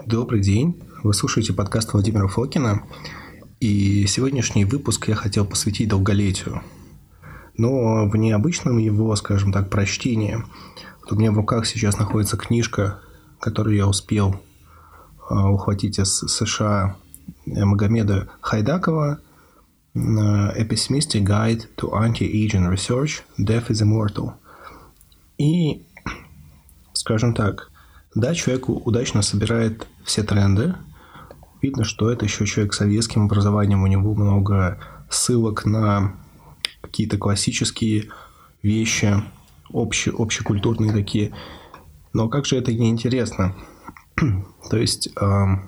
Добрый день, вы слушаете подкаст Владимира Фокина, и сегодняшний выпуск я хотел посвятить долголетию, но в необычном его, скажем так, прочтении. Вот у меня в руках сейчас находится книжка, которую я успел ухватить из США Магомеда Хайдакова, A Pessimistic Guide to Anti-Aging Research, Death is Immortal. И, скажем так, да, человек удачно собирает все тренды. Видно, что это еще человек с советским образованием, у него много ссылок на какие-то классические вещи, общекультурные такие. Но как же это неинтересно? То есть, в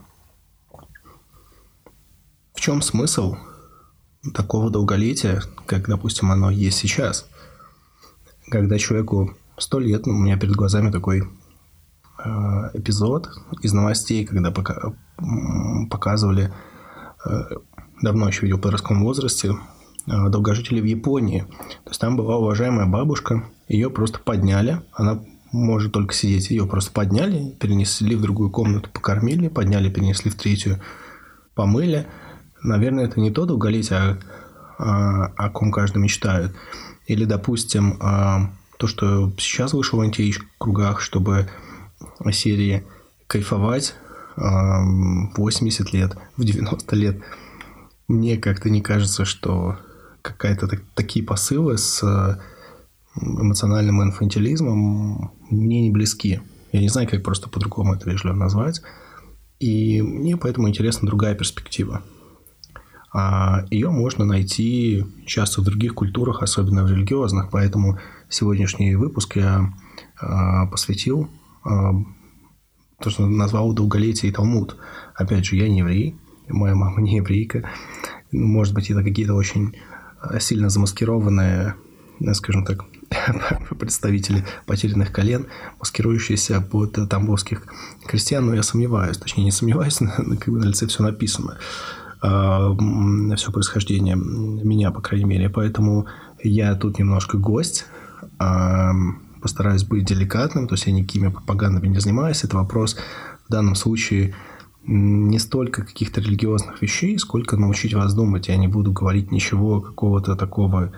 чем смысл такого долголетия, как, допустим, оно есть сейчас? Когда человеку 100 лет, у меня перед глазами такой эпизод из новостей, когда показывали, давно еще видел в подростковом возрасте, долгожителей в Японии. То есть там была уважаемая бабушка, ее просто подняли, она может только сидеть, ее просто подняли, перенесли в другую комнату, покормили, подняли, перенесли в третью, помыли. Наверное, это не то долголетие, о ком каждый мечтает. Или, допустим, то, что сейчас вышло в анти-эйдж-кругах, чтобы серии кайфовать в 80 лет, в 90 лет. Мне как-то не кажется, что какие-то такие посылы с эмоциональным инфантилизмом мне не близки. Я не знаю, как просто по-другому это вежливо назвать. И мне поэтому интересна другая перспектива. Ее можно найти часто в других культурах, особенно в религиозных. Поэтому сегодняшний выпуск я посвятил то, что назвал долголетие и Талмуд. Опять же, я не еврей, моя мама не еврейка. Может быть, это какие-то очень сильно замаскированные, скажем так, представители потерянных колен, маскирующиеся под тамбовских крестьян, но я сомневаюсь. Точнее, не сомневаюсь, как бы на лице все написано. Все происхождение меня, по крайней мере. Поэтому я тут немножко гость. Постараюсь быть деликатным, то есть я никакими пропагандами не занимаюсь. Это вопрос в данном случае не столько каких-то религиозных вещей, сколько научить вас думать. Я не буду говорить ничего какого-то такого,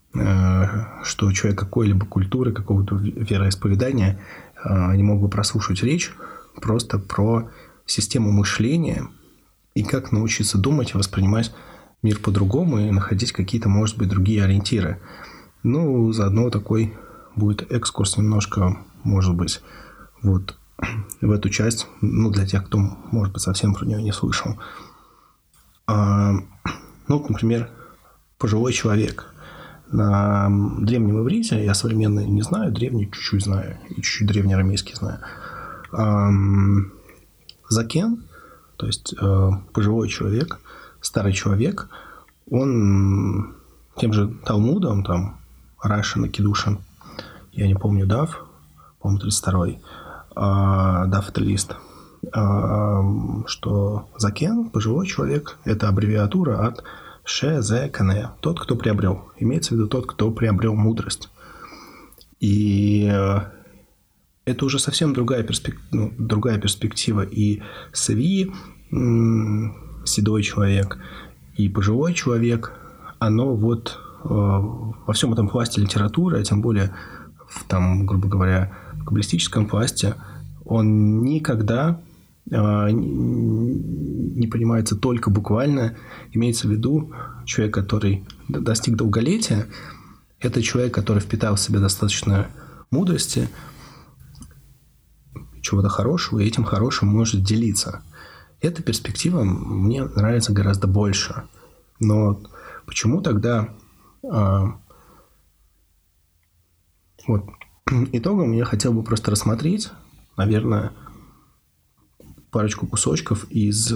что человек какой-либо культуры, какого-то вероисповедания не мог бы прослушать. Речь просто про систему мышления и как научиться думать и воспринимать мир по-другому и находить какие-то, может быть, другие ориентиры. Ну, заодно такой будет экскурс немножко, может быть, вот в эту часть, для тех, кто, может быть, совсем про нее не слышал. Например, пожилой человек. На древнем иврите, я современный не знаю, древний чуть-чуть знаю, и чуть-чуть древнеарамейский знаю. Закен, то есть пожилой человек, старый человек, он тем же Талмудом, там, Рашин и Кидушин, я не помню дав, по-моему, 32-й, дав это лист, что закен, пожилой человек, это аббревиатура от ше-зе-кане, тот, кто приобрел. Имеется в виду тот, кто приобрел мудрость. И это уже совсем другая перспектива. И сави, седой человек, и пожилой человек, оно вот во всем этом пласте литературы, а тем более там, грубо говоря, в каббалистическом пласте, он никогда не понимается только буквально. Имеется в виду человек, который достиг долголетия, это человек, который впитал в себя достаточно мудрости, чего-то хорошего, и этим хорошим может делиться. Эта перспектива мне нравится гораздо больше. Но почему тогда итогом я хотел бы просто рассмотреть, наверное, парочку кусочков из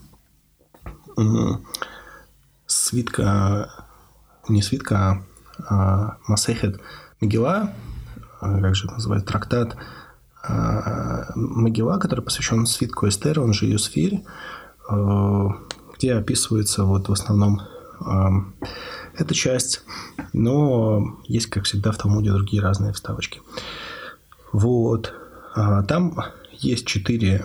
Масехет Мегилла, как же это называется, трактат Мегилла, который посвящен свитку Эстер, он же ее Сфирь, где описывается в основном эта часть, но есть, как всегда, в Талмуде другие разные вставочки. Там есть 4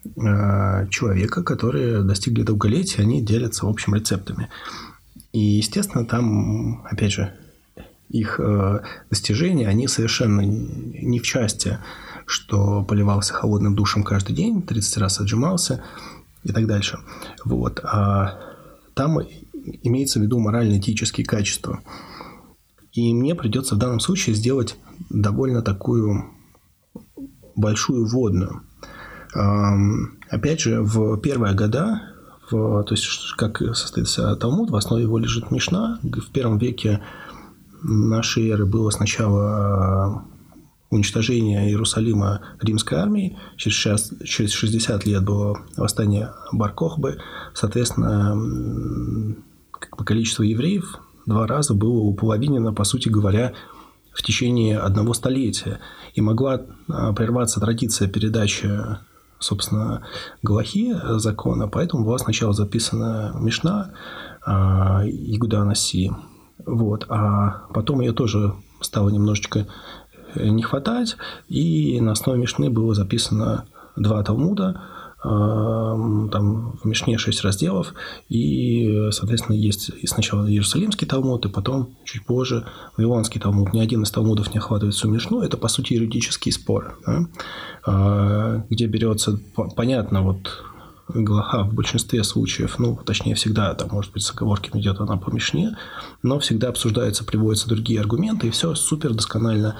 человека, которые достигли долголетия, они делятся, в общем, рецептами. И, естественно, там, опять же, их достижения, они совершенно не в части, что поливался холодным душем каждый день, 30 раз отжимался и так дальше. Вот. А там имеется в виду морально-этические качества. И мне придется в данном случае сделать довольно такую большую вводную. Опять же, в первые года, то есть как состоится Талмуд, в основе его лежит Мишна. В первом веке нашей эры было сначала уничтожение Иерусалима римской армией. Через 60 лет было восстание Бар-Кохбы. Соответственно, количество евреев 2 раза было уполовинено, по сути говоря, в течение 1 столетия. И могла прерваться традиция передачи, собственно, галахи, закона. Поэтому была сначала записана Мишна Игуда Анаси. Вот. А потом ее тоже стало немножечко не хватать. И на основе Мишны было записано 2 Талмуда. Там в Мишне 6 разделов, и, соответственно, есть и сначала Иерусалимский Талмуд, и потом, чуть позже, Вавилонский Талмуд. Ни один из Талмудов не охватывает всю Мишну. Это, по сути, юридические споры, да? Где берется, понятно, вот галаха в большинстве случаев, точнее, всегда, там, может быть, с оговорками идет она по Мишне, но всегда обсуждаются, приводятся другие аргументы, и все супер досконально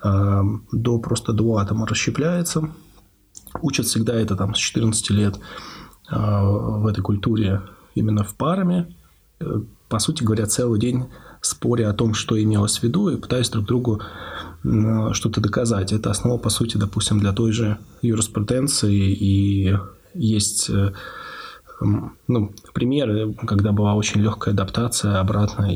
до атома расщепляется. Учат всегда это там с 14 лет в этой культуре именно в парами. По сути говоря, целый день споря о том, что имелось в виду, и пытаясь друг другу что-то доказать. Это основа, по сути, допустим, для той же юриспруденции. И есть примеры, когда была очень легкая адаптация обратно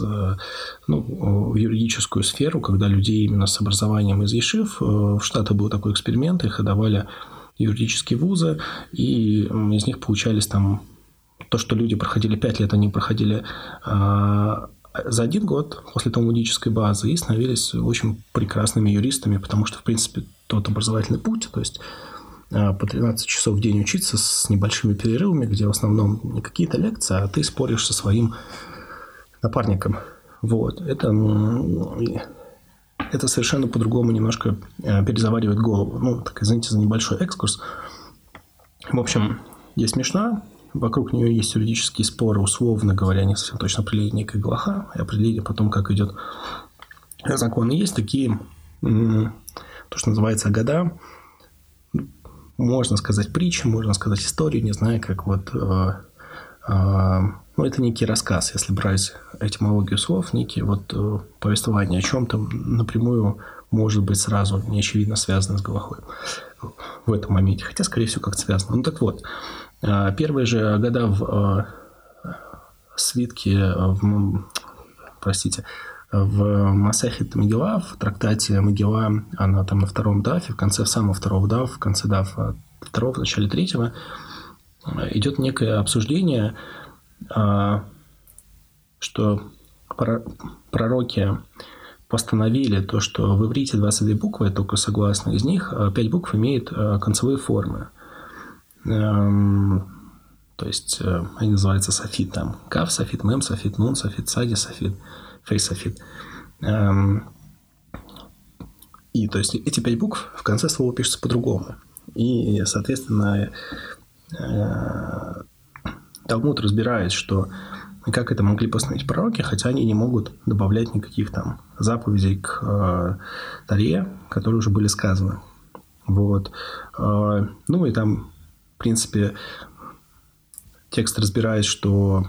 в юридическую сферу, когда людей именно с образованием из ешив, в Штатах был такой эксперимент, их отдавали юридические вузы, и из них получались там то, что люди проходили 5 лет, они проходили за 1 год после талмудической базы и становились очень прекрасными юристами, потому что, в принципе, тот образовательный путь, то есть по 13 часов в день учиться с небольшими перерывами, где в основном не какие-то лекции, а ты споришь со своим напарником. Вот. Это совершенно по-другому немножко перезаваривает голову. Так, извините за небольшой экскурс. В общем, есть Мишна, вокруг нее есть юридические споры, условно говоря, не совсем точно определение некой галаха, и определение потом, как идет закон. И есть такие, то, что называется агада, можно сказать притчи, можно сказать историю, не знаю, как вот... это некий рассказ, если брать этимологию слов, некие повествование о чем-то напрямую, может быть, сразу не очевидно связано с галахой в этом моменте. Хотя, скорее всего, как-то связано. Так вот, первые же года в свитке, в Масехет Мегила, в трактате Мегила, она там на 2-м дафе, в конце самого 2-го дафа, в конце дафа 2-го, в начале 3-го, идет некое обсуждение, что пророки постановили то, что в иврите 22 буквы, только согласно из них 5 букв имеют концевые формы. То есть они называются софит, там кав софит, мем софит, нун софит, сади софит, фей софит. И то есть эти 5 букв в конце слова пишутся по-другому. И, соответственно, Талмуд разбирает, что как это могли постановить пророки, хотя они не могут добавлять никаких там заповедей к Торе, которые уже были сказаны. Вот. И там, в принципе, текст разбирает, что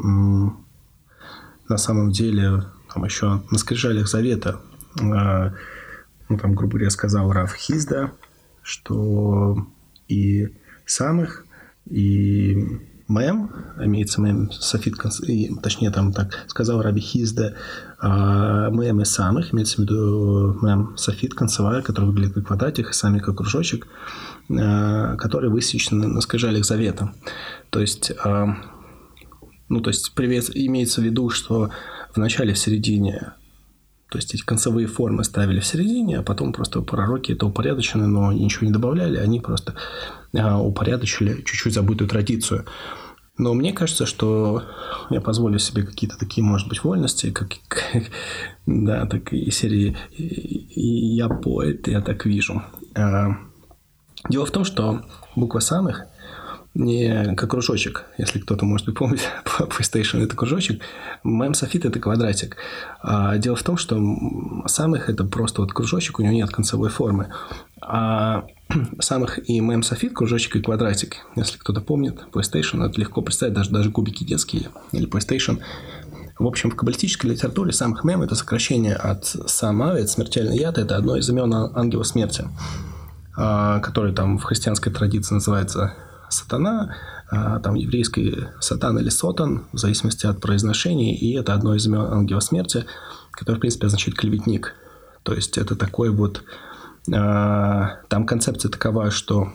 на самом деле там еще на скрижалях завета, грубо говоря, сказал Рав Хизда, что и самых, и мем, имеется мем софит, точнее там так сказал Раби Хизда, мем и самых, имеется в виду мем софит концевая, который выглядит как квадратик, и сами как кружочек, который высечен на скрижалях завета. То есть, имеется в виду, что в начале, в середине То есть эти концевые формы ставили в середине, а потом просто пророки это упорядочены, но ничего не добавляли, они просто упорядочили чуть-чуть забытую традицию. Но мне кажется, что я позволю себе какие-то такие, может быть, вольности, да, так и серии «Я поэт, я так вижу». Дело в том, что буква «самых» не как кружочек, если кто-то, может быть, помнит, PlayStation это кружочек, мем-софит это квадратик. Дело в том, что самых это просто вот кружочек, у него нет концевой формы. А самых и мем-софит, кружочек и квадратик, если кто-то помнит, PlayStation, это легко представить, даже кубики детские или PlayStation. В общем, в каббалистической литературе самых мем это сокращение от самавет, смертельный яд, это одно из имен ангела смерти, который там в христианской традиции называется сатана, там еврейский сатан или сотан, в зависимости от произношения, и это одно из имен ангела смерти, которое, в принципе, означает клеветник. То есть это такой вот... Там концепция такова, что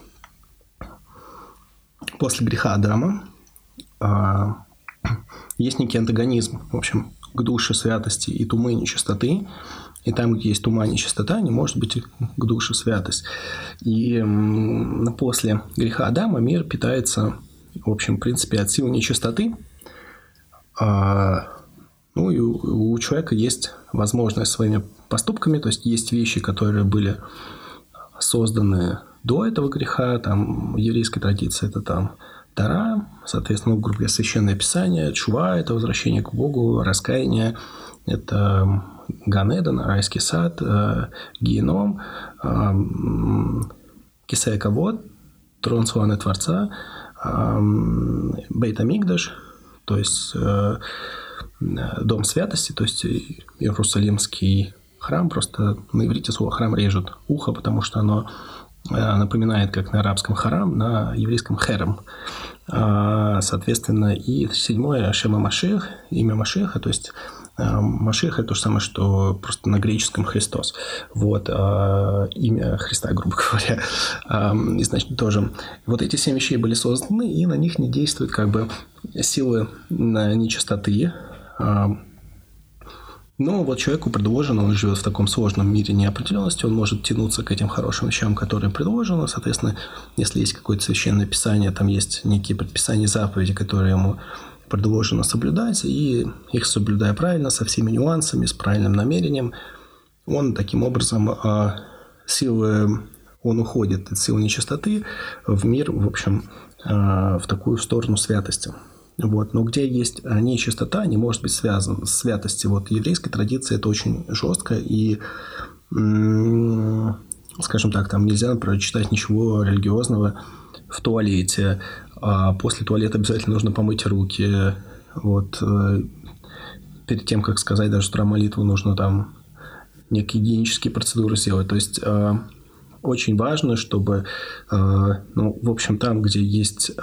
после греха Адама есть некий антагонизм, в общем, к душе святости и тумы нечистоты. И там, где есть тума нечистота, не может быть к душе святость. И после греха Адама мир питается, в общем, в принципе, от силы нечистоты. Ну, и у человека есть возможность своими поступками, то есть есть вещи, которые были созданы до этого греха, там, в еврейской традиции это там Тора, соответственно, грубо говоря, Священное Писание, чува – это возвращение к Богу, раскаяние – это Ганеден, райский сад, геном, Кисея Кавод, трон славы Творца, Бейт Амикдаш, то есть дом святости, то есть Иерусалимский храм, просто на иврите слово храм режет ухо, потому что оно напоминает, как на арабском харам, на еврейском херем. Соответственно, и седьмое Шема Машиах, имя Машиаха, то есть Машиах это то же самое, что просто на греческом Христос. Вот, имя Христа, грубо говоря. И значит, тоже вот эти 7 вещей были созданы, и на них не действуют как бы силы нечистоты. Но вот человеку предложено, он живет в таком сложном мире неопределенности, он может тянуться к этим хорошим вещам, которые предложены. Соответственно, если есть какое-то священное писание, там есть некие предписания, заповеди, которые ему предложено соблюдать, и их соблюдая правильно, со всеми нюансами, с правильным намерением, он таким образом он уходит от силы нечистоты в мир, в общем, в такую сторону святости. Вот. Но где есть нечистота, не может быть связана с святостью. Вот в еврейской традиции это очень жестко, и, скажем так, там нельзя, например, читать ничего религиозного в туалете, а после туалета обязательно нужно помыть руки. Вот. Перед тем, как сказать даже с утра молитву, нужно там некие гигиенические процедуры сделать. То есть очень важно, чтобы, в общем, там, где есть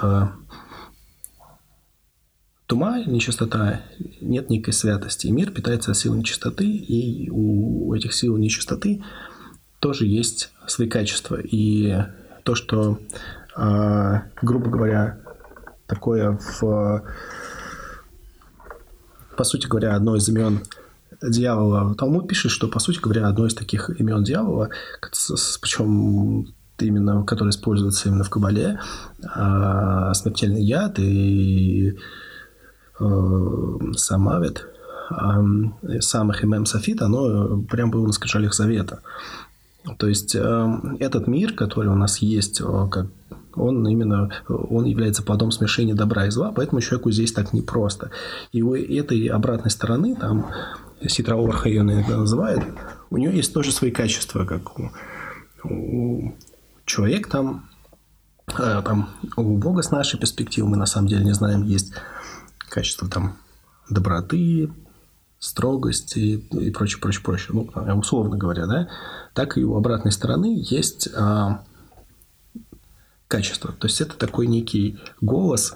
тума, нечистота, нет некой святости. И мир питается силой нечистоты, и у этих сил нечистоты тоже есть свои качества. И то, что, грубо говоря, такое по сути говоря, одно из имен дьявола. Талмуд пишет, что, по сути говоря, одно из таких имен дьявола, причем именно, которое используется именно в Кабале, смертельный яд и самавет, самых и мем-софит, оно прям было на скрижалях завета. То есть этот мир, который у нас есть, он является плодом смешения добра и зла, поэтому человеку здесь так непросто. И у этой обратной стороны, там Ситра Орха ее иногда называют, у нее есть тоже свои качества, как у человека там у Бога с нашей перспективы мы на самом деле не знаем, есть качество там доброты, строгости и прочее. Ну, условно говоря, да, так и у обратной стороны есть качество. То есть это такой некий голос,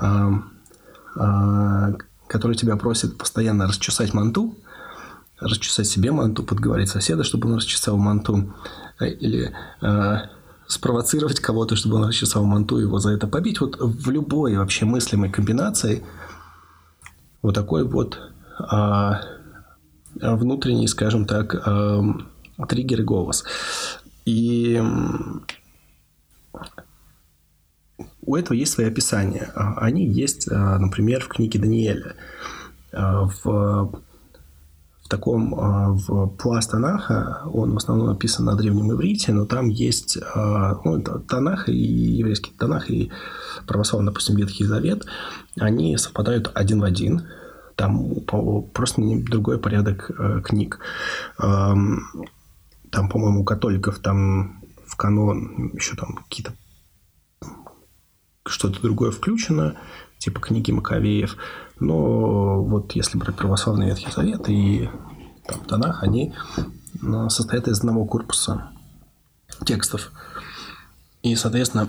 который тебя просит постоянно расчесать манту, расчесать себе манту, подговорить соседа, чтобы он расчесал манту, или спровоцировать кого-то, чтобы он расчесал манту, его за это побить. Вот в любой вообще мыслимой комбинации вот такой вот внутренний, скажем так, триггер и голос. И у этого есть свои описания. Они есть, например, в книге Даниэля. В пласт Танаха, он в основном написан на древнем иврите, но там есть Танах и еврейский Танах, и православный, допустим, Ветхий Завет, они совпадают один в один. Там просто другой порядок книг. Там, по-моему, у католиков там в канон еще там какие-то что-то другое включено, типа книги Маковеев. Но вот если брать православный Ветхий Завет и там, Танах, они состоят из одного корпуса текстов. И, соответственно,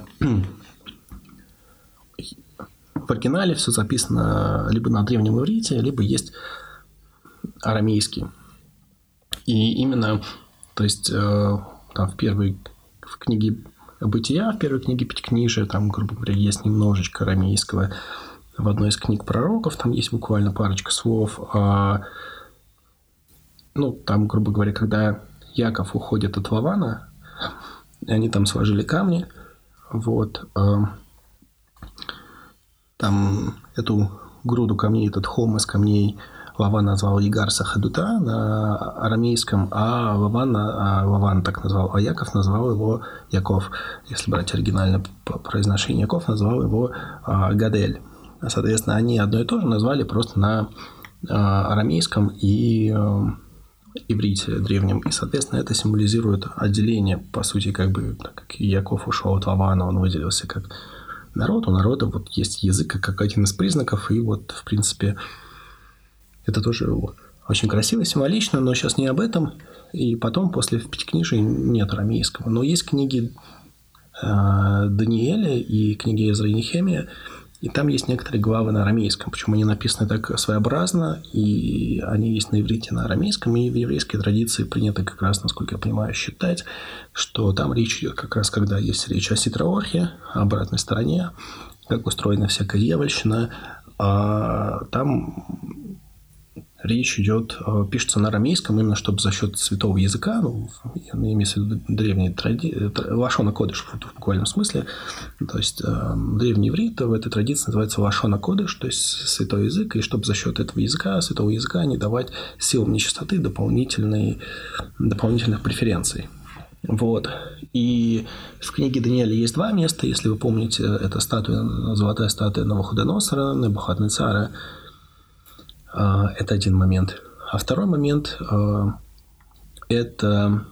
в оригинале все записано либо на древнем иврите, либо есть арамейский. И именно, то есть, там в книге Бытия, в первой книге Пятикнижия, там, грубо говоря, есть немножечко арамейского. В одной из книг пророков там есть буквально парочка слов. Там, грубо говоря, когда Яков уходит от Лавана, они там сложили камни. Вот. Там эту груду камней, этот холм из камней Лаван назвал Егар Сахадута на арамейском, а Лаван так назвал, а Яков назвал его Яков. Если брать оригинальное произношение, Яков назвал его Гадель. Соответственно, они одно и то же назвали просто на арамейском и иврите древнем. И, соответственно, это символизирует отделение, по сути, как бы, так как Яков ушел от Лавана, он выделился как народ. У народа вот есть язык как один из признаков, и вот, в принципе, это тоже очень красиво, символично, но сейчас не об этом. И потом, после Пятикнижия, нет арамейского. Но есть книги Даниэля и книги Эзры и Нехемия, и там есть некоторые главы на арамейском. Причем они написаны так своеобразно, и они есть на иврите, на арамейском. И в еврейской традиции принято как раз, насколько я понимаю, считать, что там речь идет как раз, когда есть речь о ситроорхе, обратной стороне, как устроена всякая дьявольщина. Там речь идет, пишется на арамейском, именно чтобы за счет святого языка, имеется в виду древний лашона кодеш в буквальном смысле, то есть древний иврит в этой традиции называется лашона кодеш, то есть святой язык, и чтобы за счет этого языка, святого языка, не давать силам нечистоты дополнительных преференций. Вот. И в книге Даниэля есть два места, если вы помните, это золотая статуя Навуходоносора, Небухаднецара. Это один момент. А второй момент – это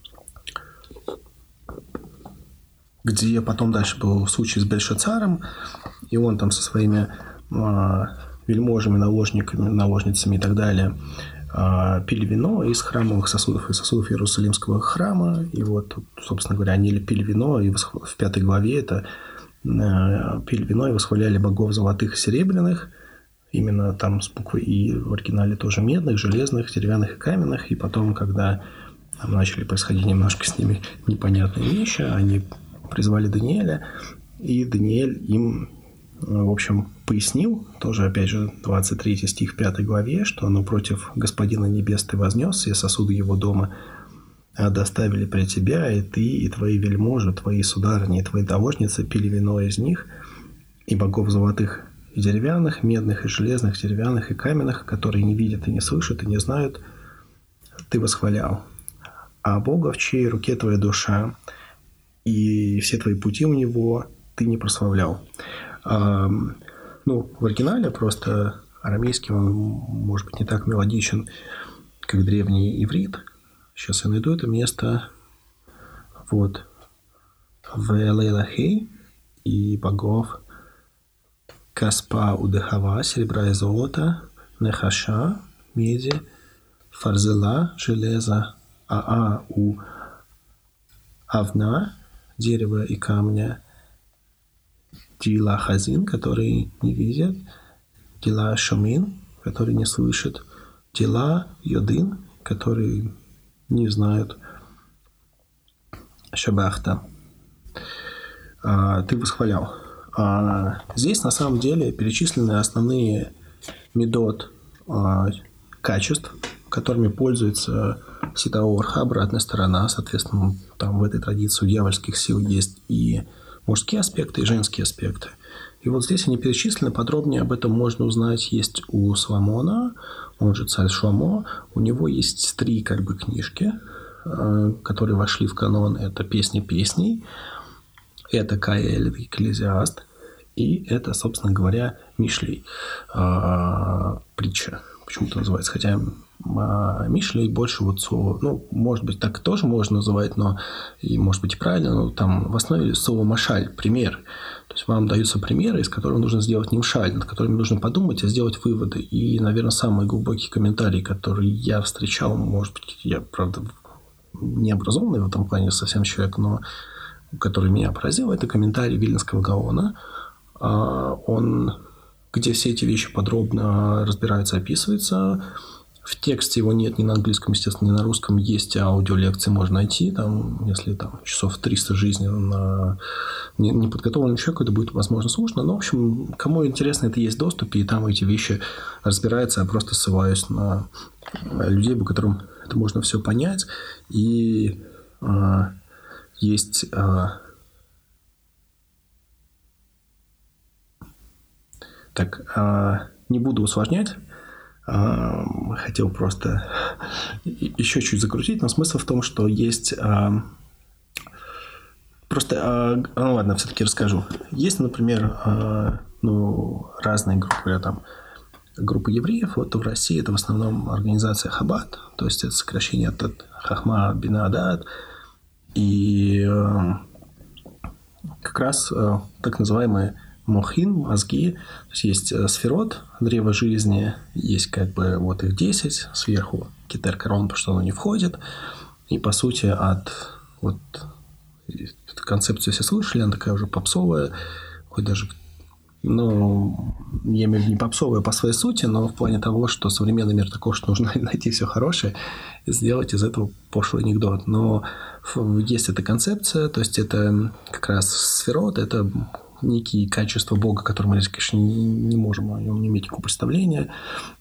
где потом дальше был случай с Бельшацаром, и он там со своими вельможами, наложницами и так далее пили вино из храмовых сосудов, из сосудов Иерусалимского храма. И вот, собственно говоря, они пили вино, и в 5 главе это пили вино и восхваляли богов золотых и серебряных, именно там с буквой «И» в оригинале тоже медных, железных, деревянных и каменных. И потом, когда там начали происходить немножко с ними непонятные вещи, они призвали Даниэля, и Даниэль им, в общем, пояснил, тоже, опять же, 23 стих 5 главе, что «Но против Господина Небес ты вознес все сосуды его дома, а доставили при тебя, и ты, и твои вельможи, твои сударыни, и твои наложницы пили вино из них, и богов золотых и деревянных, медных и железных, деревянных и каменных, которые не видят и не слышат и не знают, ты восхвалял. А Бога, в чьей руке твоя душа, и все твои пути у него ты не прославлял». В оригинале просто арамейский, он, может быть, не так мелодичен, как древний иврит. Сейчас я найду это место. Вот. «Велейлахей» и богов Каспа удыхава, серебра и золота, нехаша, меди, фарзела, железа, у авна, дерева и камня, дила хазин, которые не видят, дила шумин, которые не слышат, дила йодин, которые не знают, шабахта. Ты восхвалял. Здесь на самом деле перечислены основные медот качеств, которыми пользуется Ситао Орха, обратная сторона. Соответственно, там в этой традиции у дьявольских сил есть и мужские аспекты, и женские аспекты. И вот здесь они перечислены, подробнее об этом можно узнать. Есть у Соломона, он же царь Шломо, у него есть 3 книжки, которые вошли в канон. Это «Песни песней», это «Каэль», это «Экклезиаст», и это, собственно говоря, Мишлей, притча, почему-то называется. Хотя Мишлей больше вот слово, может быть, так тоже можно называть, но и может быть и правильно, но там в основе слово «машаль», пример. То есть вам даются примеры, из которых нужно сделать не мшаль, над которыми нужно подумать, а сделать выводы. И, наверное, самый глубокий комментарий, который я встречал, может быть, я, правда, не образованный в этом плане совсем человек, но который меня поразил, это комментарий Виленского Гаона, где все эти вещи подробно разбираются, описываются. В тексте его нет ни на английском, естественно, ни на русском. Есть аудиолекции, можно найти. Там, если часов 300 жизни на неподготовленному человеку, это будет, возможно, сложно. Но, в общем, кому интересно, это есть в доступе, и там эти вещи разбираются. Я просто ссылаюсь на людей, по которым это можно все понять. И есть... не буду усложнять. Хотел просто еще чуть закрутить, но смысл в том, что есть... ладно, все-таки расскажу. Есть, например, разные группы, группы евреев. Вот в России это в основном организация Хаббат, то есть это сокращение от Хахма Бина Даат. И как раз так называемые мохин, мозги, то есть сферот, древо жизни, есть вот их 10, сверху кетер корон, потому что оно не входит, и по сути эту концепцию все слышали, она такая уже попсовая, хоть даже, я имею в виду не попсовая по своей сути, но в плане того, что современный мир такой, что нужно найти все хорошее и сделать из этого пошлый анекдот. Но есть эта концепция, то есть это как раз сферот, это некие качества Бога, которые мы, конечно, не можем о нем не иметь никакого представления,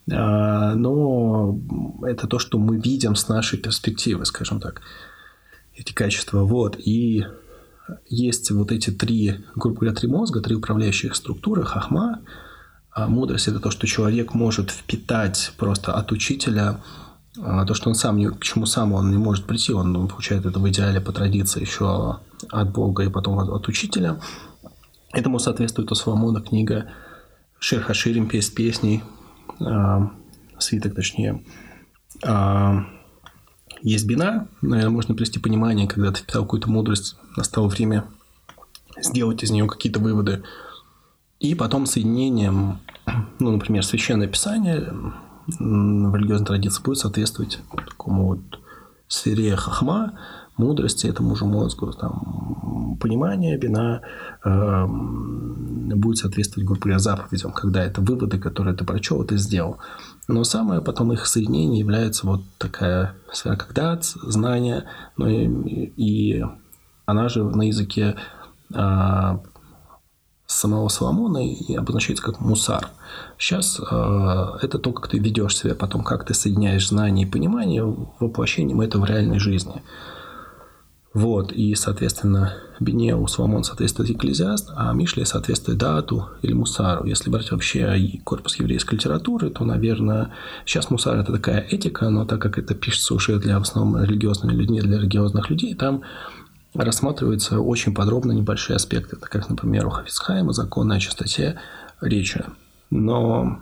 но это то, что мы видим с нашей перспективы, скажем так, эти качества. И есть вот эти 3, грубо говоря, 3 мозга, 3 управляющих структуры. Хахма, мудрость – это то, что человек может впитать просто от учителя, то, что он сам, к чему сам он не может прийти, он получает это в идеале по традиции еще от Бога и потом от учителя. Этому соответствует у Соломона книга Шир Хаширим, «Песнь песней», свиток точнее. Есть бина, наверное, можно привести понимание, когда ты впитал какую-то мудрость, настало время сделать из нее какие-то выводы. И потом соединением, например, Священное Писание в религиозной традиции будет соответствовать такому вот сфере хахма, мудрости, этому же мозгу, понимание, бина будет соответствовать, грубо говоря, заповедям, когда это выводы, которые ты прочел, ты сделал. Но самое потом их соединение является вот такая сфера, как дат, знание, и она же на языке самого Соломона и обозначается как мусар. Сейчас это то, как ты ведешь себя, потом как ты соединяешь знание и понимание воплощением этого в реальной жизни. И, соответственно, Бине у Соломона соответствует Экклезиаст, а Мишле соответствует Даату или Мусару. Если брать вообще корпус еврейской литературы, то, наверное, сейчас Мусар – это такая этика, но так как это пишется уже в основном религиозными людьми, для религиозных людей, там рассматриваются очень подробно небольшие аспекты, так как, например, у Хафец Хаима законы о чистоте речи. Но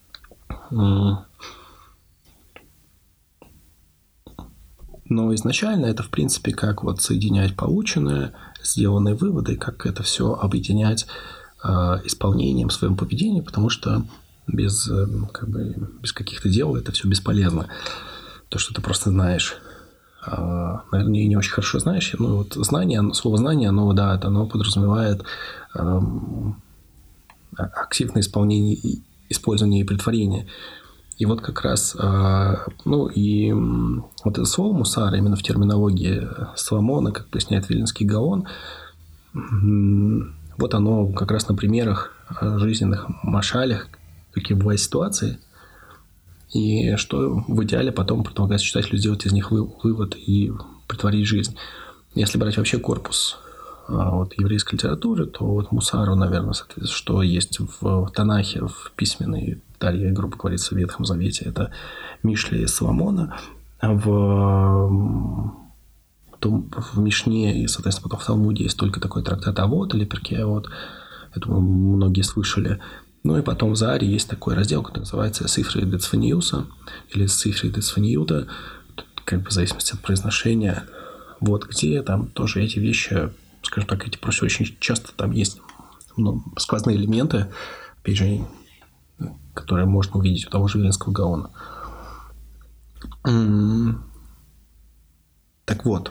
изначально это, в принципе, как соединять полученное, сделанные выводы, как это все объединять исполнением, своим поведением, потому что без каких-то дел это все бесполезно. То, что ты просто знаешь. Наверное, не очень хорошо знаешь. Знание, слово «знание», оно подразумевает активное использование и претворение. И вот как раз, и вот это слово «мусар» именно в терминологии Соломона, как поясняет Виленский Гаон, вот оно как раз на примерах жизненных машалях, какие бывают ситуации, и что в идеале потом предлагается читателю сделать из них вывод и претворить в жизнь. Если брать вообще корпус еврейской литературы, то Мусару, наверное, соответственно, что есть в Танахе, в письменной, далее, грубо говоря, в Ветхом Завете, это Мишли и Соломона, в Мишне и, соответственно, потом в Талмуде есть только такой трактат Авот или Перкей Авот, это многие слышали. Ну и потом в Зааре есть такой раздел, который называется Сифры де Цфаниуса или Сифры де Цфаниуда, как бы в зависимости от произношения, где там тоже эти вещи, скажем так, эти просто очень часто там есть сквозные элементы, опять же, которые можно увидеть у того же Виленского Гаона. Так вот,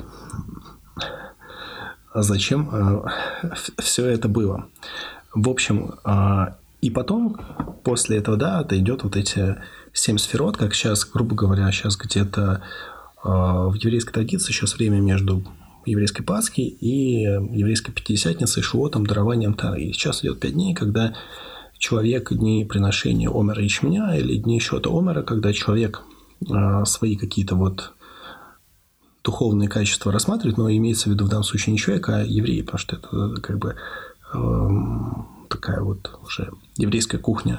зачем все это было? В общем, и потом, после этого, это идет эти 7 сферот, как сейчас, грубо говоря, сейчас где-то в еврейской традиции сейчас время между еврейской Пасхи и еврейской Пятидесятницей, Шивотом, дарованием Тары. И сейчас идет 5 дней, когда человек дни приношения омера и ячменя или дни счета омера, когда человек свои какие-то духовные качества рассматривает, но имеется в виду в данном случае не человек, а еврей, потому что это как бы такая уже еврейская кухня.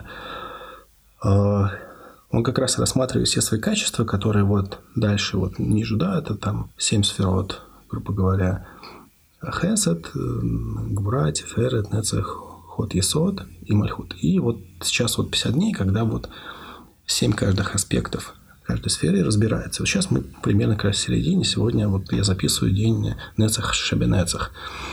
Он как раз рассматривает все свои качества, которые дальше ниже, это там 7 сферот, грубо говоря, Хесед, Гвура, Тиферет, Нецех, Ход Есод и Мальхут. И сейчас 50 дней, когда 7 каждых аспектов каждой сферы разбирается. Сейчас мы примерно как раз в середине. Сегодня я записываю день Нецех Шебенецех.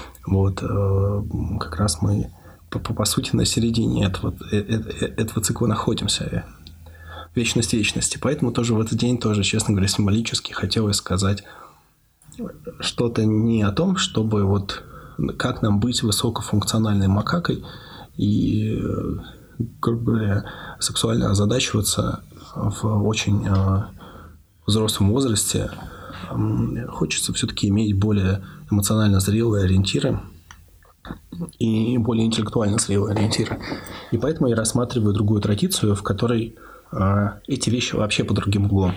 Как раз мы по сути на середине этого цикла находимся. Вечность вечности. Поэтому тоже в этот день, честно говоря, символически хотелось сказать что-то не о том, чтобы как нам быть высокофункциональной макакой и, грубо говоря, сексуально озадачиваться в очень взрослом возрасте. Хочется все-таки иметь более эмоционально зрелые ориентиры и более интеллектуально зрелые ориентиры. И поэтому я рассматриваю другую традицию, в которой эти вещи вообще под другим углом.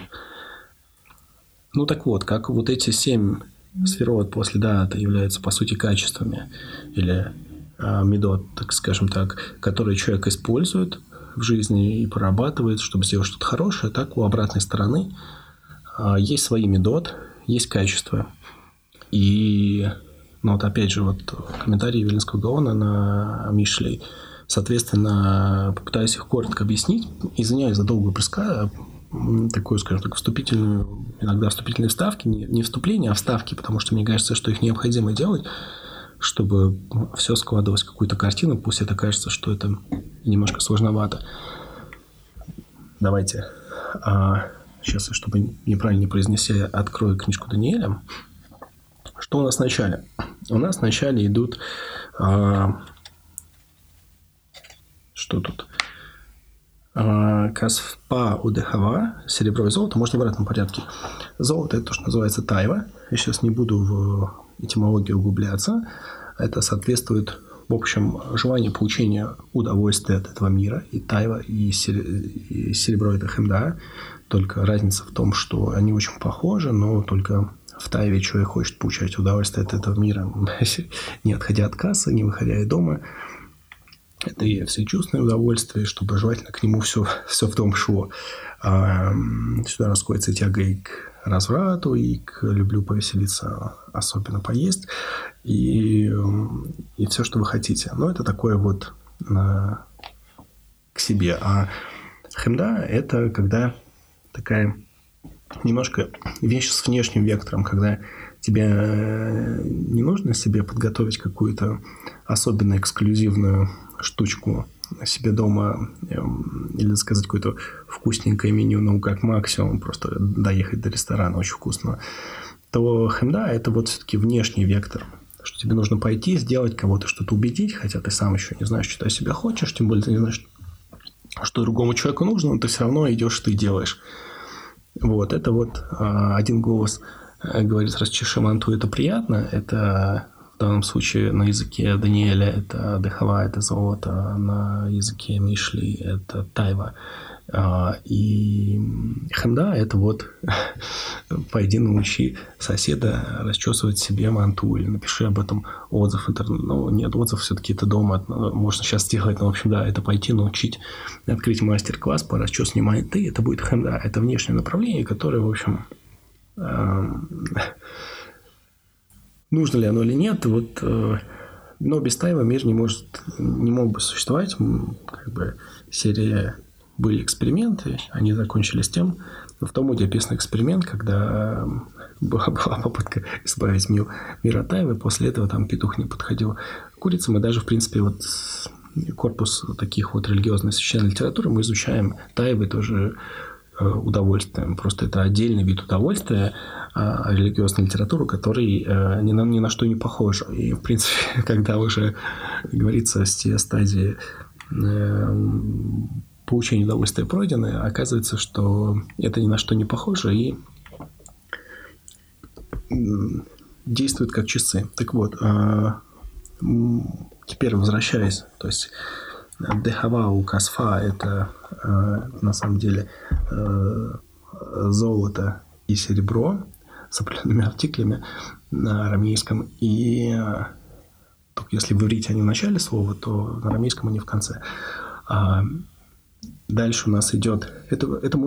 Как эти 7 сферот после дата являются, по сути, качествами или медот, так скажем так, которые человек использует в жизни и прорабатывает, чтобы сделать что-то хорошее, так у обратной стороны есть свои медот, есть качества. И опять же, комментарии Виленского Гаона на Мишлей. Соответственно, попытаюсь их коротко объяснить. Извиняюсь за долгую такую, скажем так, иногда вступительные вставки, не вступления, а вставки, потому что мне кажется, что их необходимо делать, чтобы все складывалось в какую-то картину, пусть это кажется, что это немножко сложновато. Давайте сейчас, чтобы неправильно не произнести, открою книжку Даниэля. Что у нас в начале? У нас в начале идут... Что тут? Касфа удехава, серебро и золото, можно в обратном порядке. Золото – это то, что называется тайва. Я сейчас не буду в этимологию углубляться. Это соответствует, в общем, желанию получения удовольствия от этого мира. И тайва, и серебро – это хемда. Только разница в том, что они очень похожи, но только в тайве человек хочет получать удовольствие от этого мира, не отходя от кассы, не выходя из дома. Это и все чувственное удовольствие, чтобы желательно к нему все в дом шло. Сюда расходится тяга и к разврату, и к люблю повеселиться, особенно поесть, и все, что вы хотите. Но это такое к себе. А хемда – это когда такая немножко вещь с внешним вектором, когда тебе не нужно себе подготовить какую-то особенно эксклюзивную штучку себе дома или заказать какое-то вкусненькое меню, как максимум просто доехать до ресторана очень вкусного, то хемда – это все-таки внешний вектор, что тебе нужно пойти, сделать кого-то, что-то убедить, хотя ты сам еще не знаешь, что ты о себе хочешь, тем более ты не знаешь, что другому человеку нужно, но ты все равно идешь, ты делаешь. Это один голос говорит «расчеши манту» – это приятно, это в данном случае на языке Даниэля это дехава, это золото, на языке Мишли это тайва. И хенда – это вот пойди научи соседа расчесывать себе манту или напиши об этом отзыв. Ну, нет, отзыв все-таки это дома можно сейчас сделать, но, в общем, да, это пойти научить, открыть мастер-класс по расчесыванию манты. Это будет хенда. Это внешнее направление, которое, в общем, нужно ли оно или нет, вот, но без тайма мир не мог бы существовать. Как бы серия были эксперименты, они закончились тем, в Талмуде описан эксперимент, когда была попытка избавить мир от тайвы, после этого там петух не подходил к курицам, и даже, в принципе, вот корпус таких вот религиозной священной литературы мы изучаем тайвы тоже удовольствием. Просто это отдельный вид удовольствия, религиозной литературы, который ни на что не похож. И, в принципе, когда уже говорится, все стадии получения удовольствия пройдены, оказывается, что это ни на что не похоже и действует как часы. Так вот, теперь возвращаясь, то есть дехава у касфа – это на самом деле золото и серебро с определенными артиклями на арамейском. И только если в иврите они в начале слова, то на арамейском они в конце. Дальше у нас идет... Это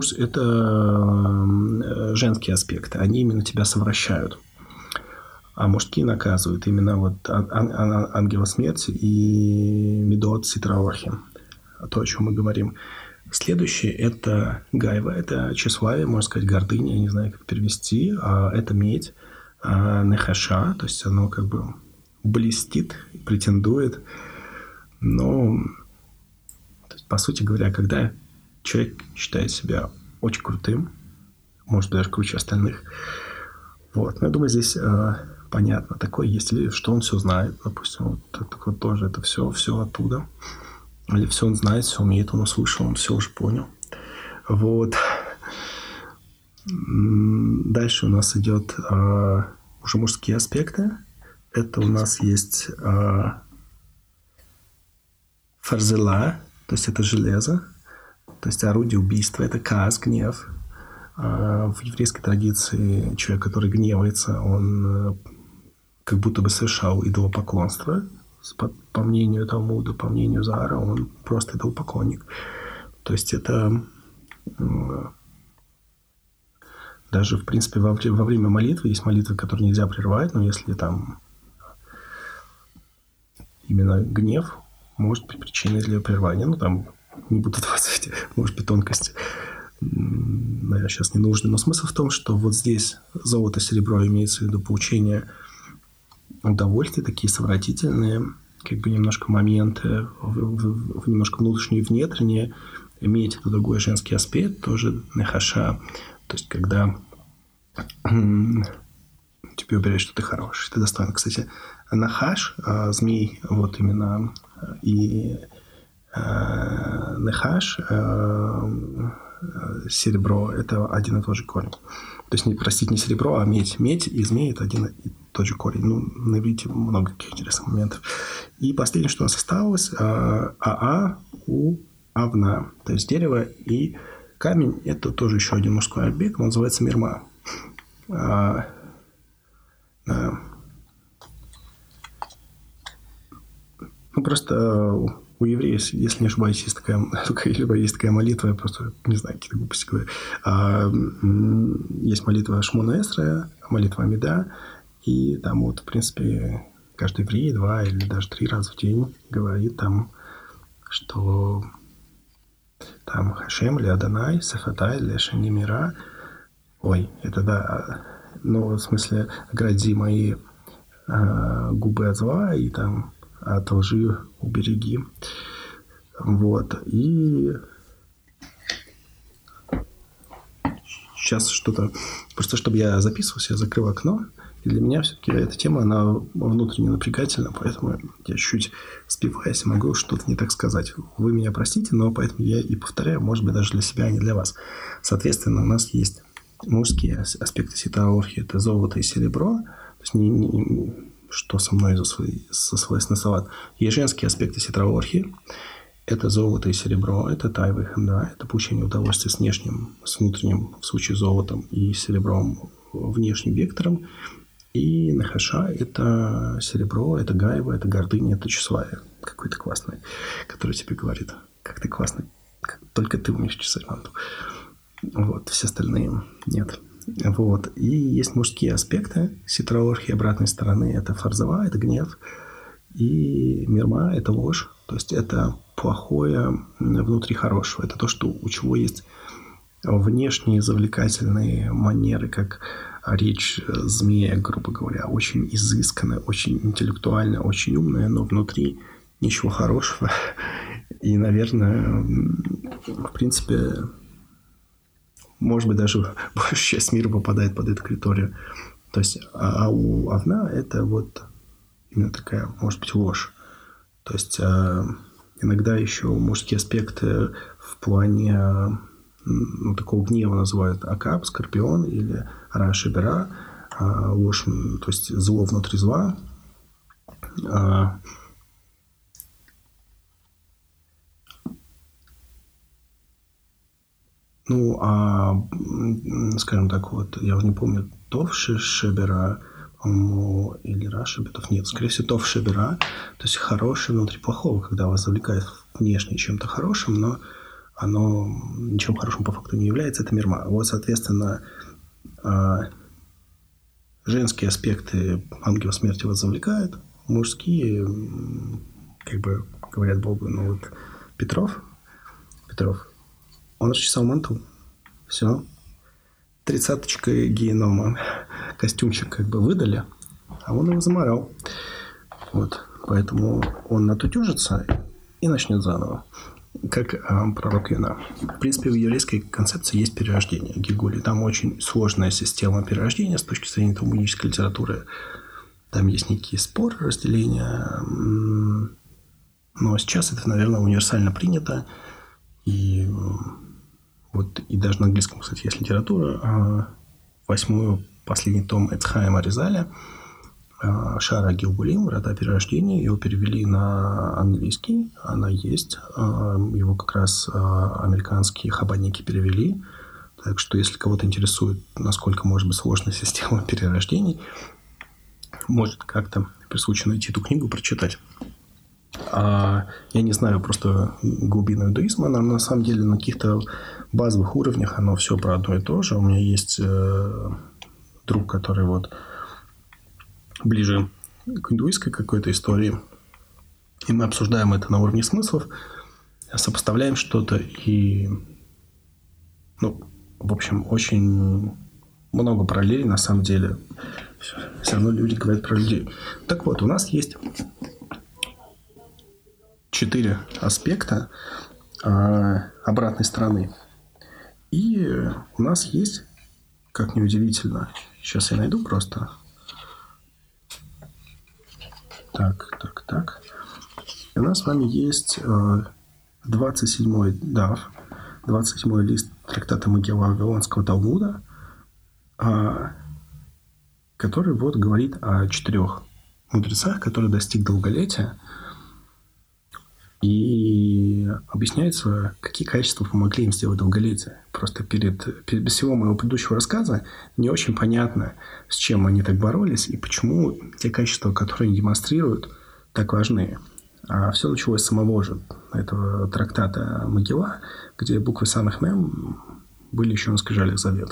женские аспекты. Они именно тебя совращают. А мужские наказывают. Именно вот ангела смерти и медот ситраохи. То, о чем мы говорим. Следующее – это гайва. Это тщеславие, можно сказать, гордыня. Я не знаю, как перевести. Это медь. Нехаша. То есть оно как бы блестит, претендует. Но... По сути говоря, когда человек считает себя очень крутым, может быть, даже круче остальных, вот. Но я думаю, здесь понятно, такое есть ли, что он все знает, допустим, вот, так вот тоже это все оттуда. Или все он знает, все умеет, он услышал, он все уже понял. Вот. Дальше у нас идет уже мужские аспекты. Это у нас есть фарзела. То есть это железо, то есть орудие убийства, это каас, гнев. В еврейской традиции человек, который гневается, он как будто бы совершал идолопоклонство. По мнению Талмуда, по мнению Заара, он просто идолопоклонник. То есть это даже, в принципе, во время молитвы есть молитвы, которые нельзя прерывать, но если там именно гнев может быть причиной для прерывания. Ну, там не буду давать, может быть, тонкости. Наверное, сейчас не нужно. Но смысл в том, что вот здесь золото, серебро имеется в виду получение удовольствия, такие совратительные, как бы немножко моменты, немножко внутренние и внутренние. Медь – это другой женский аспект, тоже нехаша. То есть, когда тебе уверяют, что ты хороший, ты достоин. Кстати, нахаш, змей, вот именно, и нехаш, серебро – это один и тот же корень. То есть, простите, не серебро, а медь. Медь и змей – это один и тот же корень. Ну, на иврите много таких интересных моментов. И последнее, что у нас осталось – у авна. То есть, дерево и камень – это тоже еще один мужской объект, он называется мирма. Ну, просто у евреев, если не ошибаюсь, есть такая молитва, я просто не знаю, какие-то глупости говорю. Есть молитва Шмона Эсра, молитва Амида, и там вот, в принципе, каждый еврей 2 или даже 3 раза в день говорит там, что там Хашем или Адонай, Сафатай, Лешани Мира. Ой, это да. Ну, в смысле, огради мои губы от зла и там от лжи убереги. Вот. И сейчас что-то... Просто чтобы я записывался, я закрыл окно. И для меня все-таки эта тема, она внутренне напрягательна, поэтому я чуть-чуть спиваюсь и могу что-то не так сказать. Вы меня простите, но поэтому я и повторяю, может быть, даже для себя, а не для вас. Соответственно, у нас есть мужские аспекты ситраохи, это золото и серебро, то есть что со мной со своей салат. Есть женские аспекты ситраохи, Это золото и серебро, это тайва и хенда, это получение удовольствия с внешним, с внутренним, в случае золотом и серебром, внешним вектором. И нахаша – это серебро, это гайва, это гордыня, это тщеславие. Какой ты классный, который тебе говорит, как ты классный, как только ты умеешь чесать манту. Вот, все остальные нет. Вот. И есть мужские аспекты ситра-орхи обратной стороны. Это фарзава, это гнев. И мирма – это ложь. То есть, это плохое внутри хорошего. Это то, что у чего есть внешние завлекательные манеры, как речь змея, грубо говоря, очень изысканная, очень интеллектуальная, очень умная, но внутри ничего хорошего. И, наверное, в принципе, может быть, даже большая часть мира попадает под эту критерию. То есть, а у овна это вот именно такая, может быть, ложь. То есть, иногда еще мужские аспекты в плане такого гнева называют акап, скорпион или ра-шибера, ложь, то есть зло внутри зла. Скажем так, вот, я уже не помню, тов шибера или ра шибетов, нет, скорее всего, тов шибера, то есть хорошее внутри плохого, когда вас завлекает внешне чем-то хорошим, но оно ничем хорошим по факту не является, это мирма. Вот, соответственно, женские аспекты ангела смерти вас завлекают, мужские, как бы говорят Богу, ну вот Петров, он расчесал манту, все, 30-очкой генома, костюмчик как бы выдали, а он его заморал. Вот, поэтому он натутюжится и начнет заново. Как пророк Йона. В принципе, в еврейской концепции есть перерождение Гильгули. Там очень сложная система перерождения с точки зрения талмудической литературы. Там есть некие споры, разделения. Но сейчас это, наверное, универсально принято. И вот и даже на английском, кстати, есть литература. 8-й последний том Эцхайма Аризаля Шара Гилгулим, врата перерождения, его перевели на английский, она есть, его как раз американские хабадники перевели, так что если кого-то интересует, насколько может быть сложная система перерождений, может как-то при случае найти эту книгу, прочитать. Я не знаю просто глубину иудаизма, но на самом деле на каких-то базовых уровнях оно все про одно и то же. У меня есть друг, который вот ближе к индуистской какой-то истории. И мы обсуждаем это на уровне смыслов, сопоставляем что-то и, в общем, очень много параллелей на самом деле. Все равно люди говорят про людей. Так вот, у нас есть 4 аспекта обратной стороны. И у нас есть, как ни удивительно, сейчас я найду просто... Так. И у нас с вами есть 27-й дав, 27-й лист трактата Могила Вавилонского Талмуда, который вот говорит о 4 мудрецах, которые достиг долголетия, и объясняется, какие качества помогли им сделать долголетие. Просто без всего моего предыдущего рассказа не очень понятно, с чем они так боролись и почему те качества, которые они демонстрируют, так важны. А все началось с самого же этого трактата Могила, где буквы самых мем были еще на скрижалях завета.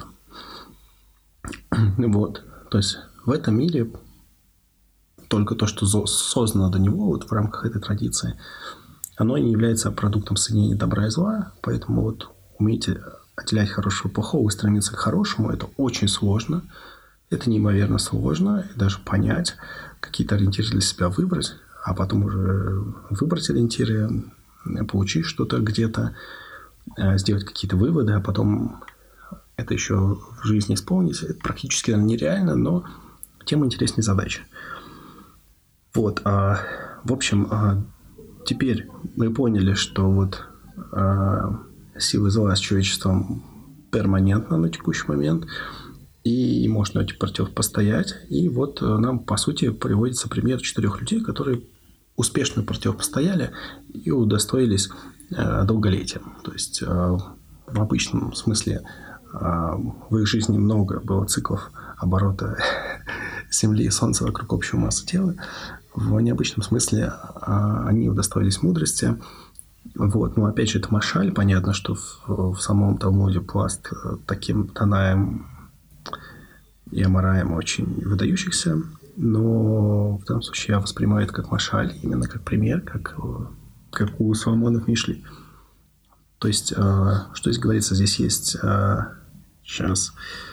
Вот. То есть в этом мире только то, что создано до него вот в рамках этой традиции, оно не является продуктом соединения добра и зла, поэтому вот умейте отделять хорошего от плохого и стремиться к хорошему. Это очень сложно, это неимоверно сложно, и даже понять, какие-то ориентиры для себя выбрать, а потом уже выбрать ориентиры, получить что-то где-то, сделать какие-то выводы, а потом это еще в жизни исполнить. Это практически нереально, но тем интереснее задача. Вот, в общем... Теперь мы поняли, что вот силы зла с человечеством перманентно на текущий момент, и можно противопостоять. И вот нам, по сути, приводится пример 4 людей, которые успешно противостояли и удостоились долголетия. То есть в обычном смысле в их жизни много было циклов оборота Земли и Солнца вокруг общей массы тела. В необычном смысле они удостоились мудрости. Вот. Но опять же, это машаль. Понятно, что в самом Талмуде пласт таким Танаем и Амараем очень выдающихся. Но в данном случае я воспринимаю это как машаль, именно как пример, как у Соломона в Мишле. То есть, что здесь говорится? Здесь есть сейчас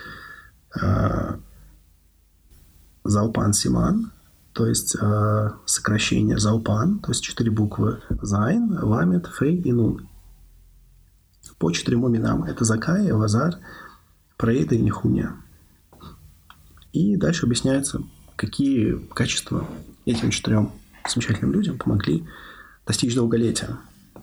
Залпан Симан, то есть сокращение Залпан, то есть 4 буквы Зайн, Ламет, Фей и Нун. По 4 именам. Это Закай, Элазар, Параида и Нехуния. И дальше объясняется, какие качества этим 4 замечательным людям помогли достичь долголетия.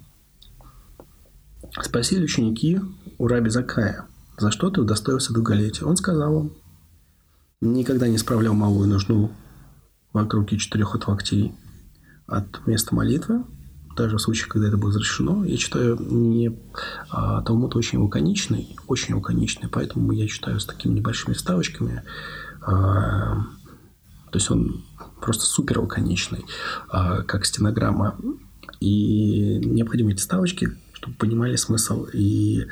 Спросили ученики у раби Закая: за что ты удостоился долголетия? Он сказал им: никогда не справлял малую нужду в округе 4 от локтей от места молитвы, даже в случае, когда это было разрешено. Я читаю Талмуд очень лаконичный, поэтому я читаю с такими небольшими вставочками. То есть он просто супер лаконичный, как стенограмма. И необходимы эти вставочки, чтобы понимали смысл. И,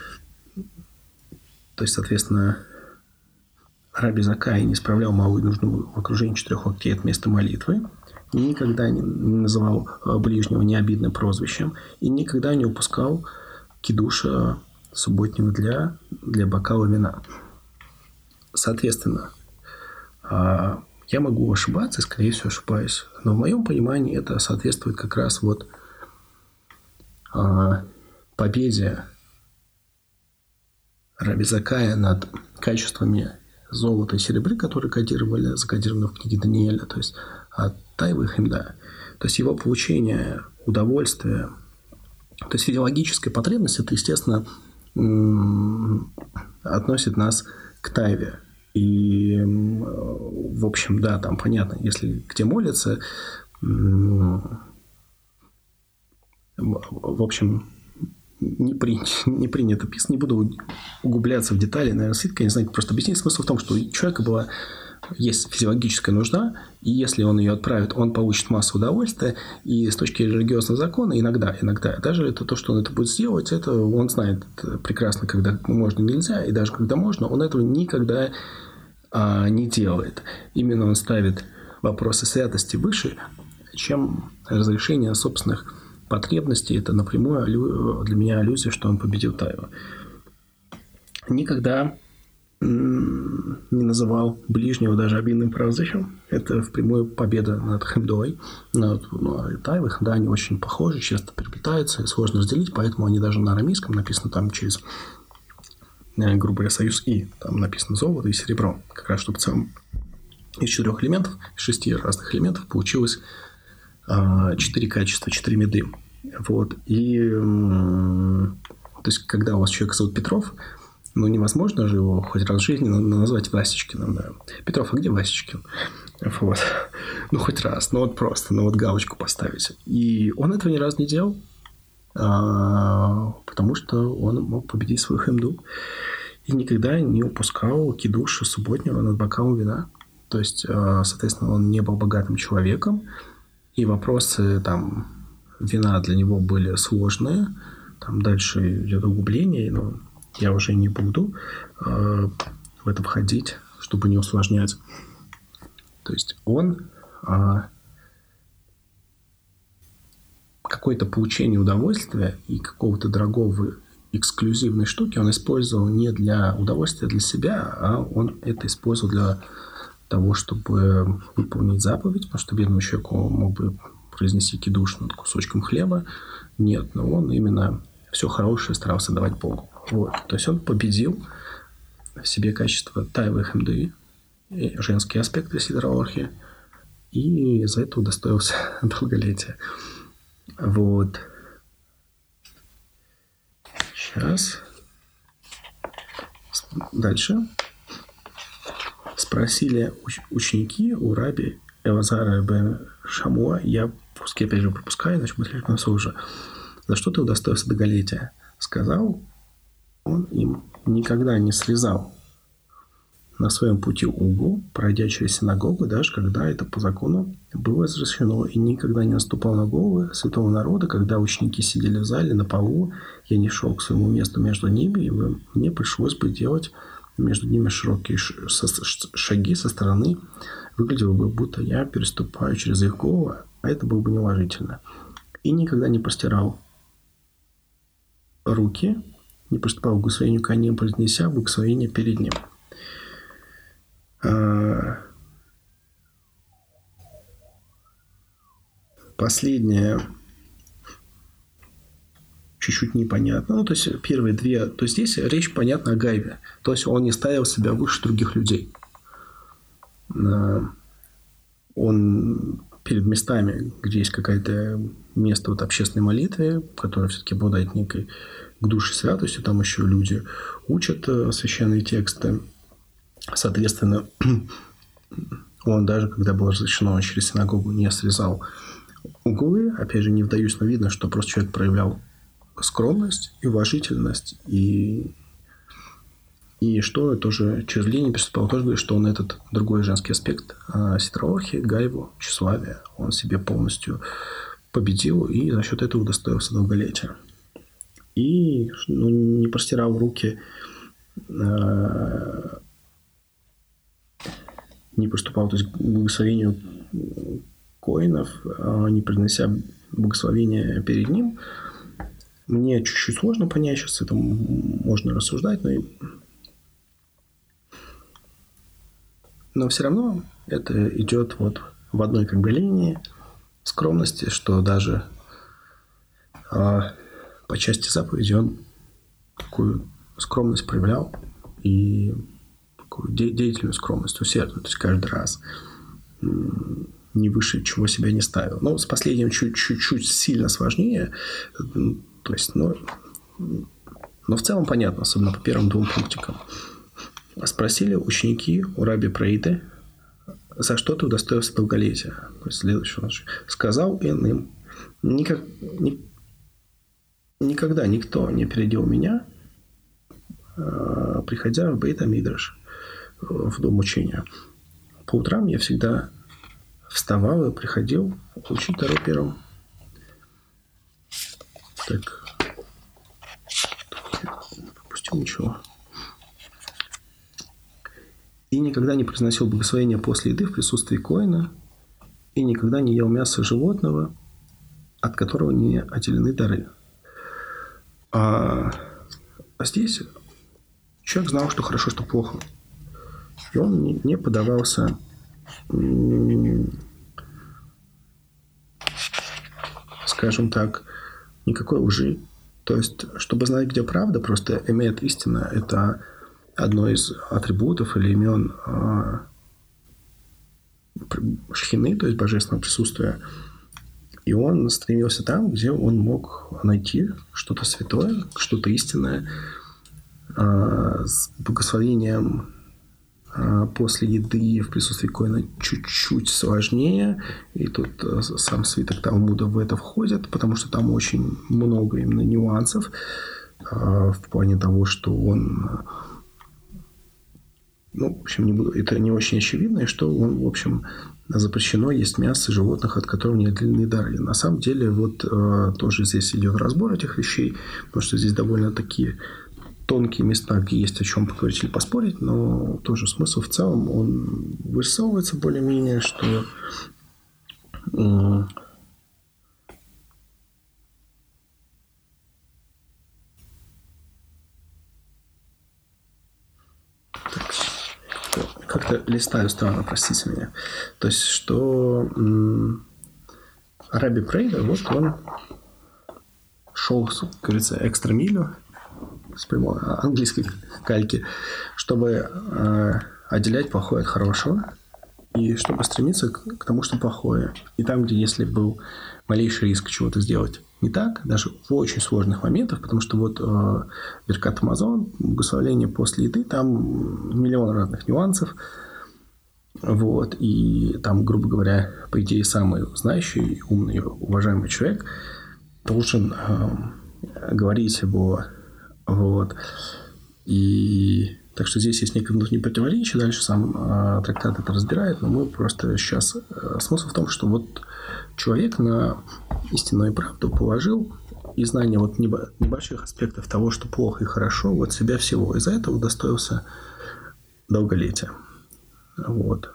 то есть, соответственно, раби Закай не справлял малую нужду в окружении 4 локтей от места молитвы, никогда не называл ближнего необидным прозвищем и никогда не упускал кидуша субботнего для бокала вина. Соответственно, я могу ошибаться, скорее всего, ошибаюсь, но в моем понимании это соответствует как раз вот победе раби Закая над качествами золота и серебра, которые закодированы в книге Даниэля, то есть Тайва и Хемда. То есть его получение удовольствия, то есть физиологическая потребность, это, естественно, относит нас к Тайве. И, в общем, да, там понятно, если где молятся, в общем, не принято писать, не буду углубляться в детали, наверное, Ситка, я не знаю, просто объяснить. Смысл в том, что у человека есть физиологическая нужда, и если он ее отправит, он получит массу удовольствия, и с точки религиозного закона иногда, даже это то, что он это будет сделать, это он знает прекрасно, когда можно, нельзя, и даже когда можно, он этого никогда не делает. Именно он ставит вопросы святости выше, чем разрешение собственных потребностей. Это напрямую для меня аллюзия, что он победил Тайву. Никогда не называл ближнего даже обидным прозвищем. Это впрямую победа над Хемдой. Над Тайвой. Да, они очень похожи, часто переплетаются, и сложно разделить, поэтому они даже на арамейском написаны там через, грубо говоря, союз «и». Там написано золото и серебро. Как раз, чтобы в целом из 4 элементов, из 6 разных элементов получилось 4 качества, 4 меды. Вот. И то есть, когда у вас человека зовут Петров, невозможно же его хоть раз в жизни назвать Васечкиным. Да. Петров, а где Васечкин? Вот. Хоть раз. Просто. Галочку поставить. И он этого ни разу не делал, потому что он мог победить свою Хемду. И никогда не упускал кидуша субботнего над бокалом вина. То есть, соответственно, он не был богатым человеком. И вопросы вина для него были сложные. Там дальше идет углубление, но я уже не буду в это входить, чтобы не усложнять. То есть он какое-то получение удовольствия и какого-то дорогого эксклюзивной штуки он использовал не для удовольствия для себя, а он это использовал для того, чтобы выполнить заповедь, потому что бедному человеку мог бы произнести кидуш над кусочком хлеба. Нет, но он именно все хорошее старался давать Богу. Вот. То есть он победил в себе качество Тайвы и Хемды, и женские аспекты сидорологии, и за это удостоился долголетия. Вот. Сейчас. Дальше. Спросили ученики у раби Элазара бен Шамуа: я куски опять же пропускаю, иначе будет слишком сложно. За что ты удостоился долголетия? Сказал он им: никогда не срезал на своем пути угол, пройдя через синагогу, даже когда это по закону было разрешено, и никогда не наступал на головы святого народа, когда ученики сидели в зале на полу, я не шел к своему месту между ними, и мне пришлось бы делать между ними широкие шаги со стороны. Выглядело бы, будто я переступаю через их головы, а это было бы неуважительно. И никогда не простирал руки, не приступал к благословению ко ним, произнеся благословение перед ним. Последнее чуть-чуть непонятно. Ну, то есть, первые две... То есть, здесь речь, понятна, о Гайве. То есть, он не ставил себя выше других людей. Он перед местами, где есть какое-то место вот общественной молитвы, которое все-таки обладает некой к душе святостью, там еще люди учат священные тексты. Соответственно, он даже, когда было разрешено, он через синагогу не срезал углы. Опять же, не вдаюсь, но видно, что просто человек проявлял скромность и уважительность. И что тоже через линию приступал, тоже говорит, что он этот другой женский аспект ситроорхи, гайву, тщеславия, он себе полностью победил и за счет этого удостоился долголетия. И не простирал руки, не приступал, то есть, к благословению коинов, не произнося благословения перед ним. Мне чуть-чуть сложно понять, сейчас это можно рассуждать, но все равно это идет вот в одной как бы линии скромности, что даже по части заповеди он такую скромность проявлял и такую деятельную скромность, усердную, то есть каждый раз не выше чего себя не ставил. Но с последним чуть-чуть сильно сложнее, то есть, но в целом понятно, особенно по первым двум пунктикам. Спросили ученики у раби Преиды, за что ты удостоился долголетия. То есть, следующего. Сказал им: никогда никто не опередил меня, приходя в Бейт Мидраш, в дом учения. По утрам я всегда вставал и приходил учить Тору первым. Так. Пропустил ничего. И никогда не произносил благословения после еды в присутствии коэна, и никогда не ел мясо животного, от которого не отделены дары. А здесь человек знал, что хорошо, что плохо. И он не поддавался скажем так, никакой лжи. То есть, чтобы знать, где правда, просто эмет, истина, это одно из атрибутов или имен шхины, то есть божественного присутствия. И он стремился там, где он мог найти что-то святое, что-то истинное, с благословением после еды в присутствии коэна чуть-чуть сложнее. И тут сам свиток Талмуда в это входит, потому что там очень много именно нюансов в плане того, что он... Ну, в общем, это не очень очевидно, и что он, в общем, запрещено есть мясо животных, от которых не отделены дары. На самом деле, вот тоже здесь идет разбор этих вещей, потому что здесь довольно такие тонкие места, где есть о чем поговорить или поспорить, но тоже смысл в целом, он вырисовывается более-менее, что как-то листаю странно, простите меня. То есть, что Раби Преида, вот он шел, как говорится, экстрамилю с прямой английской кальки, чтобы отделять плохое от хорошего и чтобы стремиться к тому, что плохое. И там, где если был малейший риск чего-то сделать не так, даже в очень сложных моментах, потому что вот Беркат Амазон, благословение после еды, там миллион разных нюансов. Вот, и там, грубо говоря, по идее, самый знающий, умный, уважаемый человек должен говорить его. Вот. И так что здесь есть некое внутреннее противоречие. Дальше сам трактат это разбирает, но мы просто сейчас... Смысл в том, что вот человек на истинную правду положил и знание вот небольших аспектов того, что плохо и хорошо, вот себя всего. Из-за этого удостоился долголетия. Вот.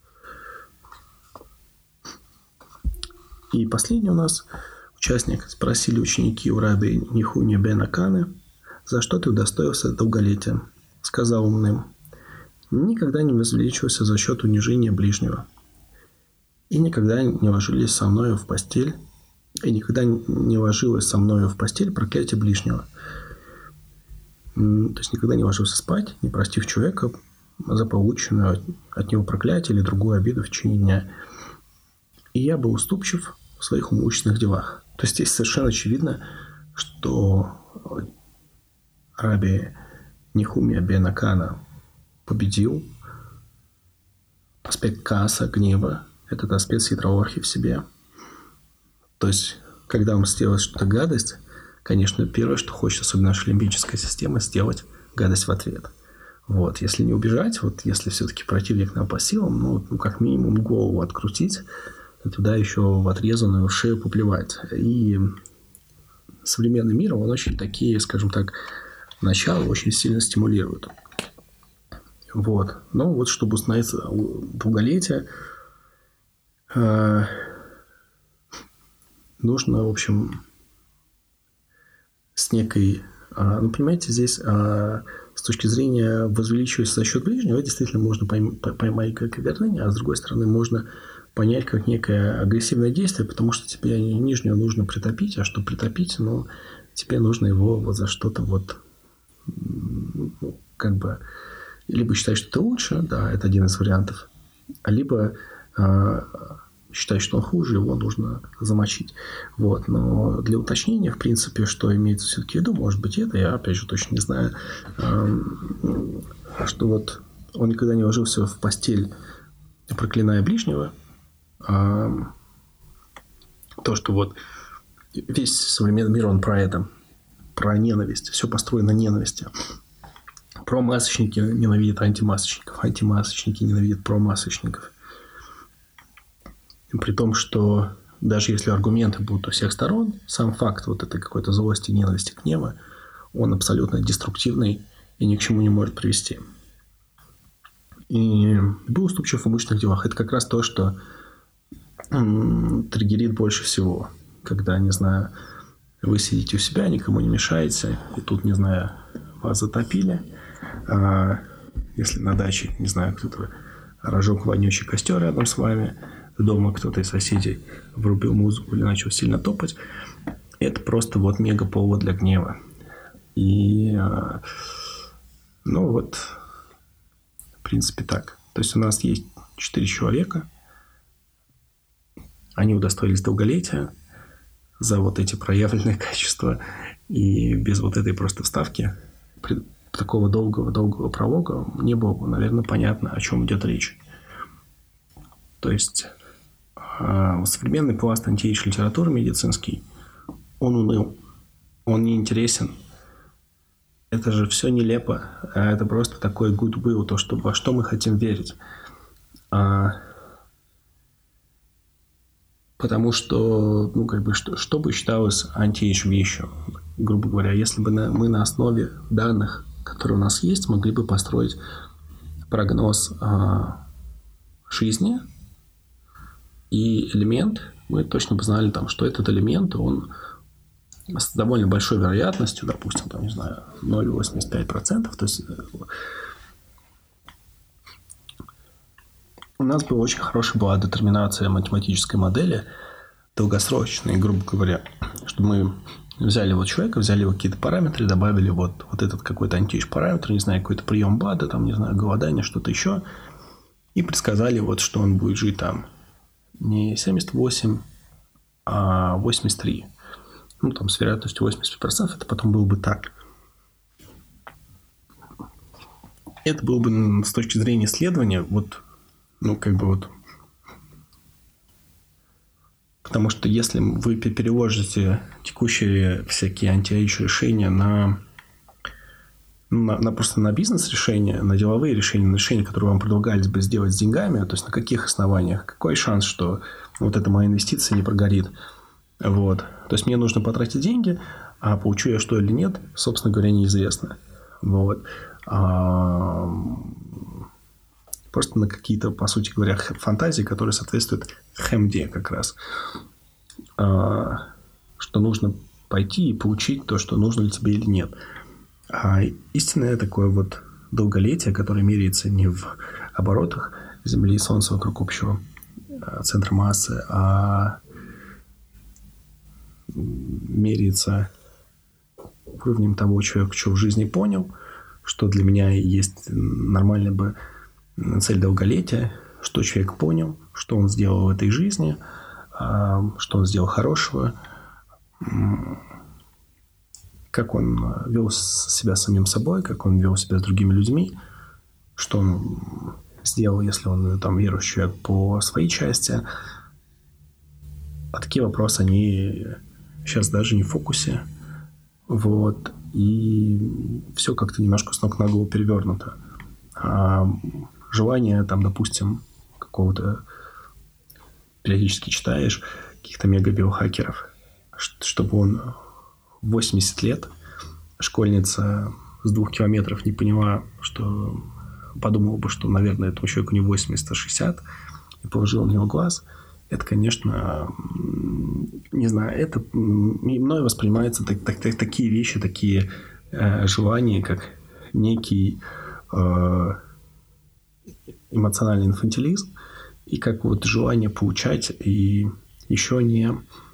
И последний у нас участник. Спросили ученики у раби Нихуни бен Аканы: «За что ты удостоился долголетия?» Сказал он им: «Никогда не возвеличивался за счет унижения ближнего, и никогда не ложились со мною в постель, и никогда не ложилось со мною в постель проклятие ближнего». То есть никогда не ложился спать, не простив человека за полученную от него проклятие или другую обиду в течение дня. И я был уступчив в своих имущественных делах. То есть здесь совершенно очевидно, что раби Нихумия бен Акана победил аспект кааса, гнева, этот аспект хитроорхи в себе. То есть, когда он сделает что-то гадость, конечно, первое, что хочет, особенно наша лимбическая система, сделать гадость в ответ. Вот, если не убежать, вот если все-таки противник нам по силам, ну, как минимум голову открутить, и туда еще в отрезанную шею поплевать. И современный мир, он очень такие, скажем так, начала очень сильно стимулирует. Вот. Но вот чтобы установить долголетие, нужно, в общем, с некой... Ну, понимаете, здесь с точки зрения возвеличивания за счет ближнего, действительно можно поймать как гордыня, а с другой стороны можно понять как некое агрессивное действие, потому что тебе нижнего нужно притопить, а чтобы притопить, ну, тебе нужно его вот за что-то вот, ну, как бы, либо считать, что ты лучше, да, это один из вариантов, либо считать, что он хуже, его нужно замочить. Вот. Но для уточнения, в принципе, что имеется все-таки в виду, может быть, это, я, опять же, точно не знаю, что вот он никогда не ложился в постель, проклиная ближнего. То, что вот весь современный мир, он про это, про ненависть. Все построено на ненависти. Промасочники ненавидят антимасочников, антимасочники ненавидят промасочников. При том, что даже если аргументы будут у всех сторон, сам факт вот этой какой-то злости, ненависти, гнева, он абсолютно деструктивный и ни к чему не может привести. И был уступчив в обычных делах. Это как раз то, что триггерит больше всего. Когда, не знаю, вы сидите у себя, никому не мешаете, и тут, не знаю, вас затопили. Если на даче, не знаю, кто-то разжег вонючий костер рядом с вами, дома кто-то из соседей врубил музыку или начал сильно топать, это просто вот мега повод для гнева. И, ну вот, в принципе, так. То есть у нас есть 4 человека, они удостоились долголетия за вот эти проявленные качества, и без вот этой просто вставки, такого долгого пролога, мне было бы, наверное, понятно, о чем идет речь. То есть современный пласт антиэйдж литературы медицинский, он уныл, он неинтересен. Это же все нелепо. Это просто такой goodwill, то, что, во что мы хотим верить. Потому что, ну, как бы, что бы считалось антиэйдж вещью? Грубо говоря, если бы мы на основе данных, которые у нас есть, могли бы построить прогноз жизни, и элемент, мы точно бы знали, там, что этот элемент, он с довольно большой вероятностью, допустим, там, не знаю, 0,85%, то есть у нас бы очень хорошая была детерминация математической модели, долгосрочной, грубо говоря, чтобы мы взяли вот человека, взяли его какие-то параметры, добавили вот этот какой-то антиэйдж параметр, не знаю, какой-то прием БАДа, там, не знаю, голодание, что-то еще, и предсказали вот, что он будет жить там не 78, а 83. Ну, там, с вероятностью 80%, это потом было бы так. Это было бы с точки зрения исследования, вот вот. Потому что если вы переложите текущие всякие анти-эйдж решения просто на бизнес-решения, на деловые решения, на решения, которые вам предлагались бы сделать с деньгами, то есть на каких основаниях, какой шанс, что вот эта моя инвестиция не прогорит. Вот. То есть мне нужно потратить деньги, а получу я что или нет, собственно говоря, неизвестно. Вот. Просто на какие-то, по сути говоря, фантазии, которые соответствуют хэмде как раз. Что нужно пойти и получить то, что нужно ли тебе или нет. А истинное такое вот долголетие, которое меряется не в оборотах Земли и Солнца вокруг общего центра массы, а меряется уровнем того человека, что в жизни понял, что для меня есть нормальная бы цель долголетия, что человек понял, что он сделал в этой жизни, что он сделал хорошего, как он вел себя самим собой, как он вел себя с другими людьми, что он сделал, если он там верующий человек, по своей части. А такие вопросы, они сейчас даже не в фокусе. Вот. И все как-то немножко с ног на голову перевернуто. Желание, там, допустим, какого-то, периодически читаешь, каких-то мега-биохакеров, чтобы он в 80 лет, школьница с 2 километров не поняла, что подумала бы, что, наверное, этому человеку не 80, а 60, и положила на него глаз. Это, конечно, не знаю, это мной воспринимаются такие вещи, такие желания, как некий эмоциональный инфантилизм, и как вот желание получать, и еще не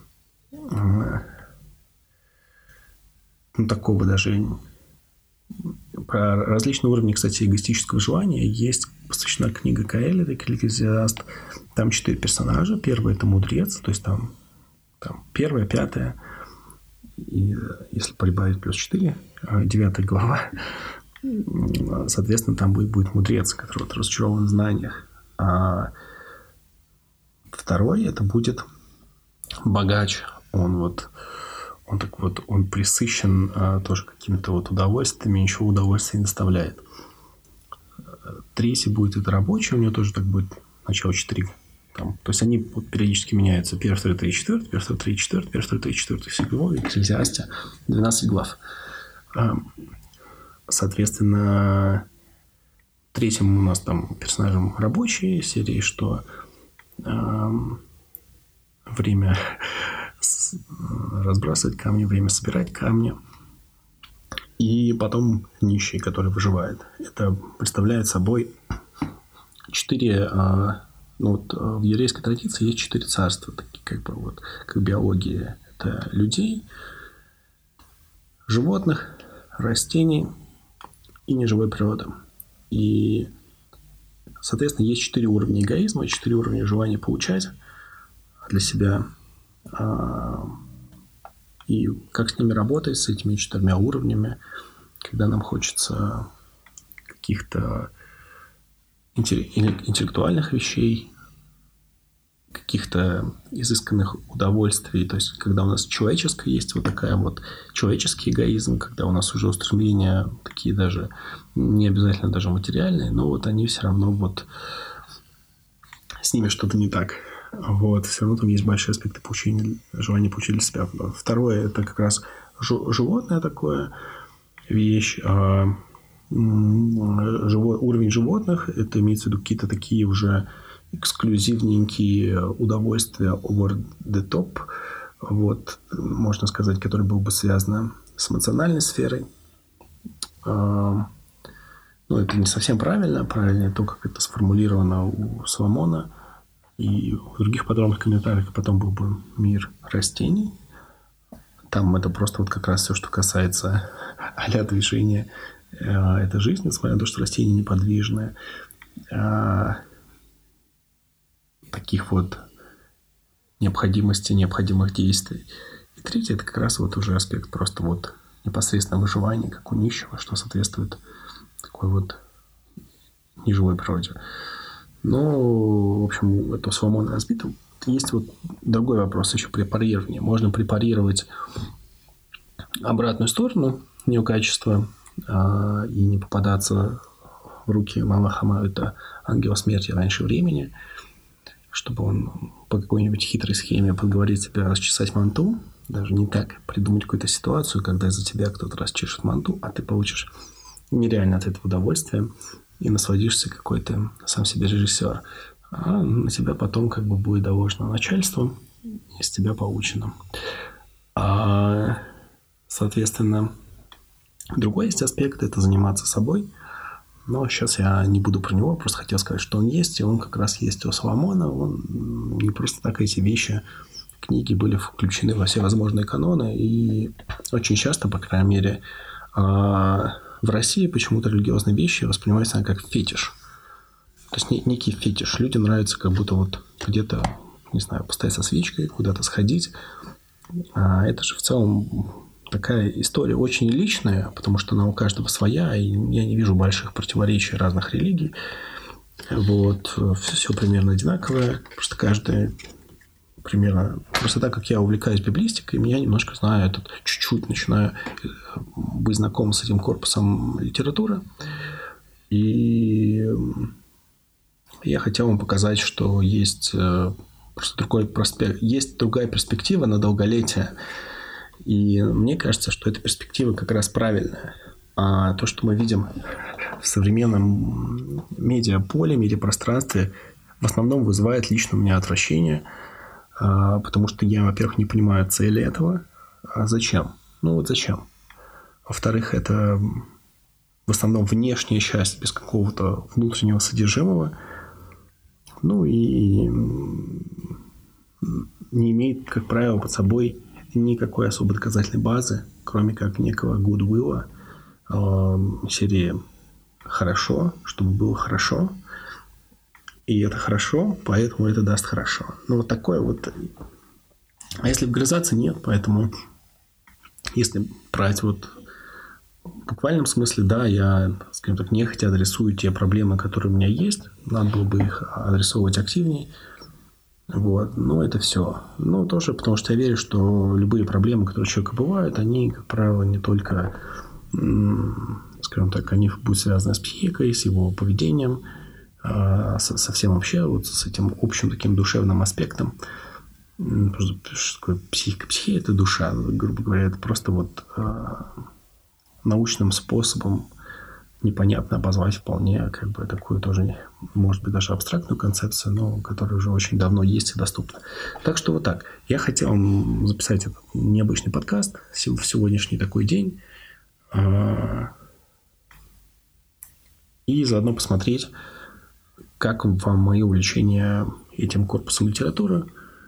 такого даже про различные уровни, кстати, эгоистического желания есть посвящена книга Каэлита, Экклезиаст. Там 4 персонажа. Первый – это мудрец, то есть там 1, 5, и если прибавить плюс 4, 9 глава, соответственно, там будет мудрец, который вот разочарован в знаниях. А второй – это будет богач. Он пресыщен тоже какими-то вот удовольствиями, ничего удовольствия не доставляет. Третий будет это рабочий, у него тоже так будет начало 4. То есть они вот периодически меняются. 1, 2, 3, 4, 1, 2, 3, 4, 1, 2, 3, 4 всего, Экклезиасте 12 глав. Соответственно, третьим у нас там персонажем рабочие серии, что время разбрасывать камни, время собирать камни. И потом нищий, который выживает. Это представляет собой 4... в еврейской традиции есть 4 царства, такие как биология. Это людей, животных, растений и неживой природы. И, соответственно, есть 4 уровня эгоизма, 4 уровня желания получать для себя. И как с ними работать, с этими 4 уровнями, когда нам хочется каких-то интеллектуальных вещей, каких-то изысканных удовольствий. То есть, когда у нас человеческое есть вот такая вот человеческий эгоизм, когда у нас уже устремления такие даже не обязательно даже материальные, но вот они все равно вот с ними что-то не так. Вот, все равно там есть большие аспекты получения, желания получить для себя. Второе – это как раз животное такое вещь. Уровень животных – это имеется в виду какие-то такие уже эксклюзивненькие удовольствия over the top, вот, можно сказать, которые были бы связаны с эмоциональной сферой. Это не совсем правильно. Правильнее то, как это сформулировано у Соломона и в других подробных комментариях. Потом был бы мир растений. Там это просто вот как раз все, что касается а-ля движения. Это жизнь, несмотря на то, что растения неподвижные. Таких вот необходимых действий. И третий – это как раз вот уже аспект просто вот непосредственного выживания, как у нищего, что соответствует такой вот неживой природе. Но, в общем, это Соломон разбито. Есть вот другой вопрос еще препарирования. Можно препарировать обратную сторону неокачества и не попадаться в руки Малаха Маута, ангела смерти раньше времени, чтобы он по какой-нибудь хитрой схеме подговорить тебя расчесать манту, даже не так, придумать какую-то ситуацию, когда за тебя кто-то расчешет манту, а ты получишь нереально от этого удовольствие и насладишься какой-то сам себе режиссер. А на тебя потом как бы будет доложено начальством, и с тебя поучено. Соответственно, другой есть аспект – это заниматься собой. Но сейчас я не буду про него, просто хотел сказать, что он есть, и он как раз есть у Соломона. Он не просто так эти вещи, книги были включены во все возможные каноны, и очень часто, по крайней мере, в России почему-то религиозные вещи воспринимаются как фетиш. То есть некий фетиш. Людям нравится как будто вот где-то, не знаю, постоять со свечкой, куда-то сходить. А это же в целом такая история очень личная, потому что она у каждого своя, и я не вижу больших противоречий разных религий. Вот. Все примерно одинаковое. Просто каждая примерно... Просто так как я увлекаюсь библистикой, я немножко знаю этот... Чуть-чуть начинаю быть знаком с этим корпусом литературы. И я хотел вам показать, что есть просто другой проспект, есть другая перспектива на долголетие. И мне кажется, что эта перспектива как раз правильная. А то, что мы видим в современном медиаполе, медиапространстве, в основном вызывает лично у меня отвращение, потому что я, во-первых, не понимаю цели этого. А зачем? Ну вот зачем? Во-вторых, это в основном внешняя часть без какого-то внутреннего содержимого. Ну и не имеет, как правило, под собой никакой особо доказательной базы, кроме как некого гудвилла, серии «хорошо», чтобы было хорошо, и это хорошо, поэтому это даст хорошо. Ну, вот такое вот. А если вгрызаться, нет, поэтому если брать вот в буквальном смысле, да, я, скажем так, нехотя адресую те проблемы, которые у меня есть, надо было бы их адресовывать активнее. Вот. Но это все. Но тоже потому, что я верю, что любые проблемы, которые у человека бывают, они, как правило, не только, скажем так, они будут связаны с психикой, с его поведением, со всем вообще, вот с этим общим таким душевным аспектом. Что такое психика? Психия – это душа, грубо говоря. Это просто вот научным способом непонятно обозвать вполне как бы такую тоже, может быть, даже абстрактную концепцию, но которая уже очень давно есть и доступна. Так что вот так. Я хотел записать этот необычный подкаст в сегодняшний такой день и заодно посмотреть, как вам мои увлечения этим корпусом литературы,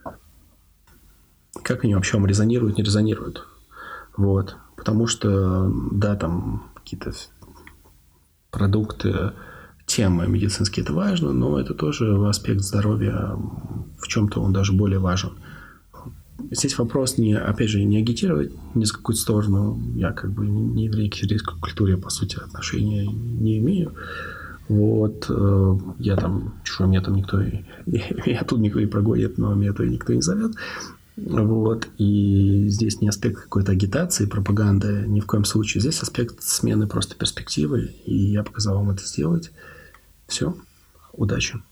как они вообще вам резонируют, не резонируют. Вот. Потому что, да, там какие-то продукты, темы медицинские – это важно, но это тоже аспект здоровья, в чем-то он даже более важен. Здесь вопрос, опять же, не агитировать ни с какой сторону. Я как бы не еврей к еврейской культуре, по сути, отношения не имею. Вот. Я там, чужой меня там никто... Я тут никто не прогонит, но меня то никто не зовет. Вот. И здесь не аспект какой-то агитации, пропаганды, ни в коем случае. Здесь аспект смены просто перспективы. И я показал вам это сделать. Все. Удачи.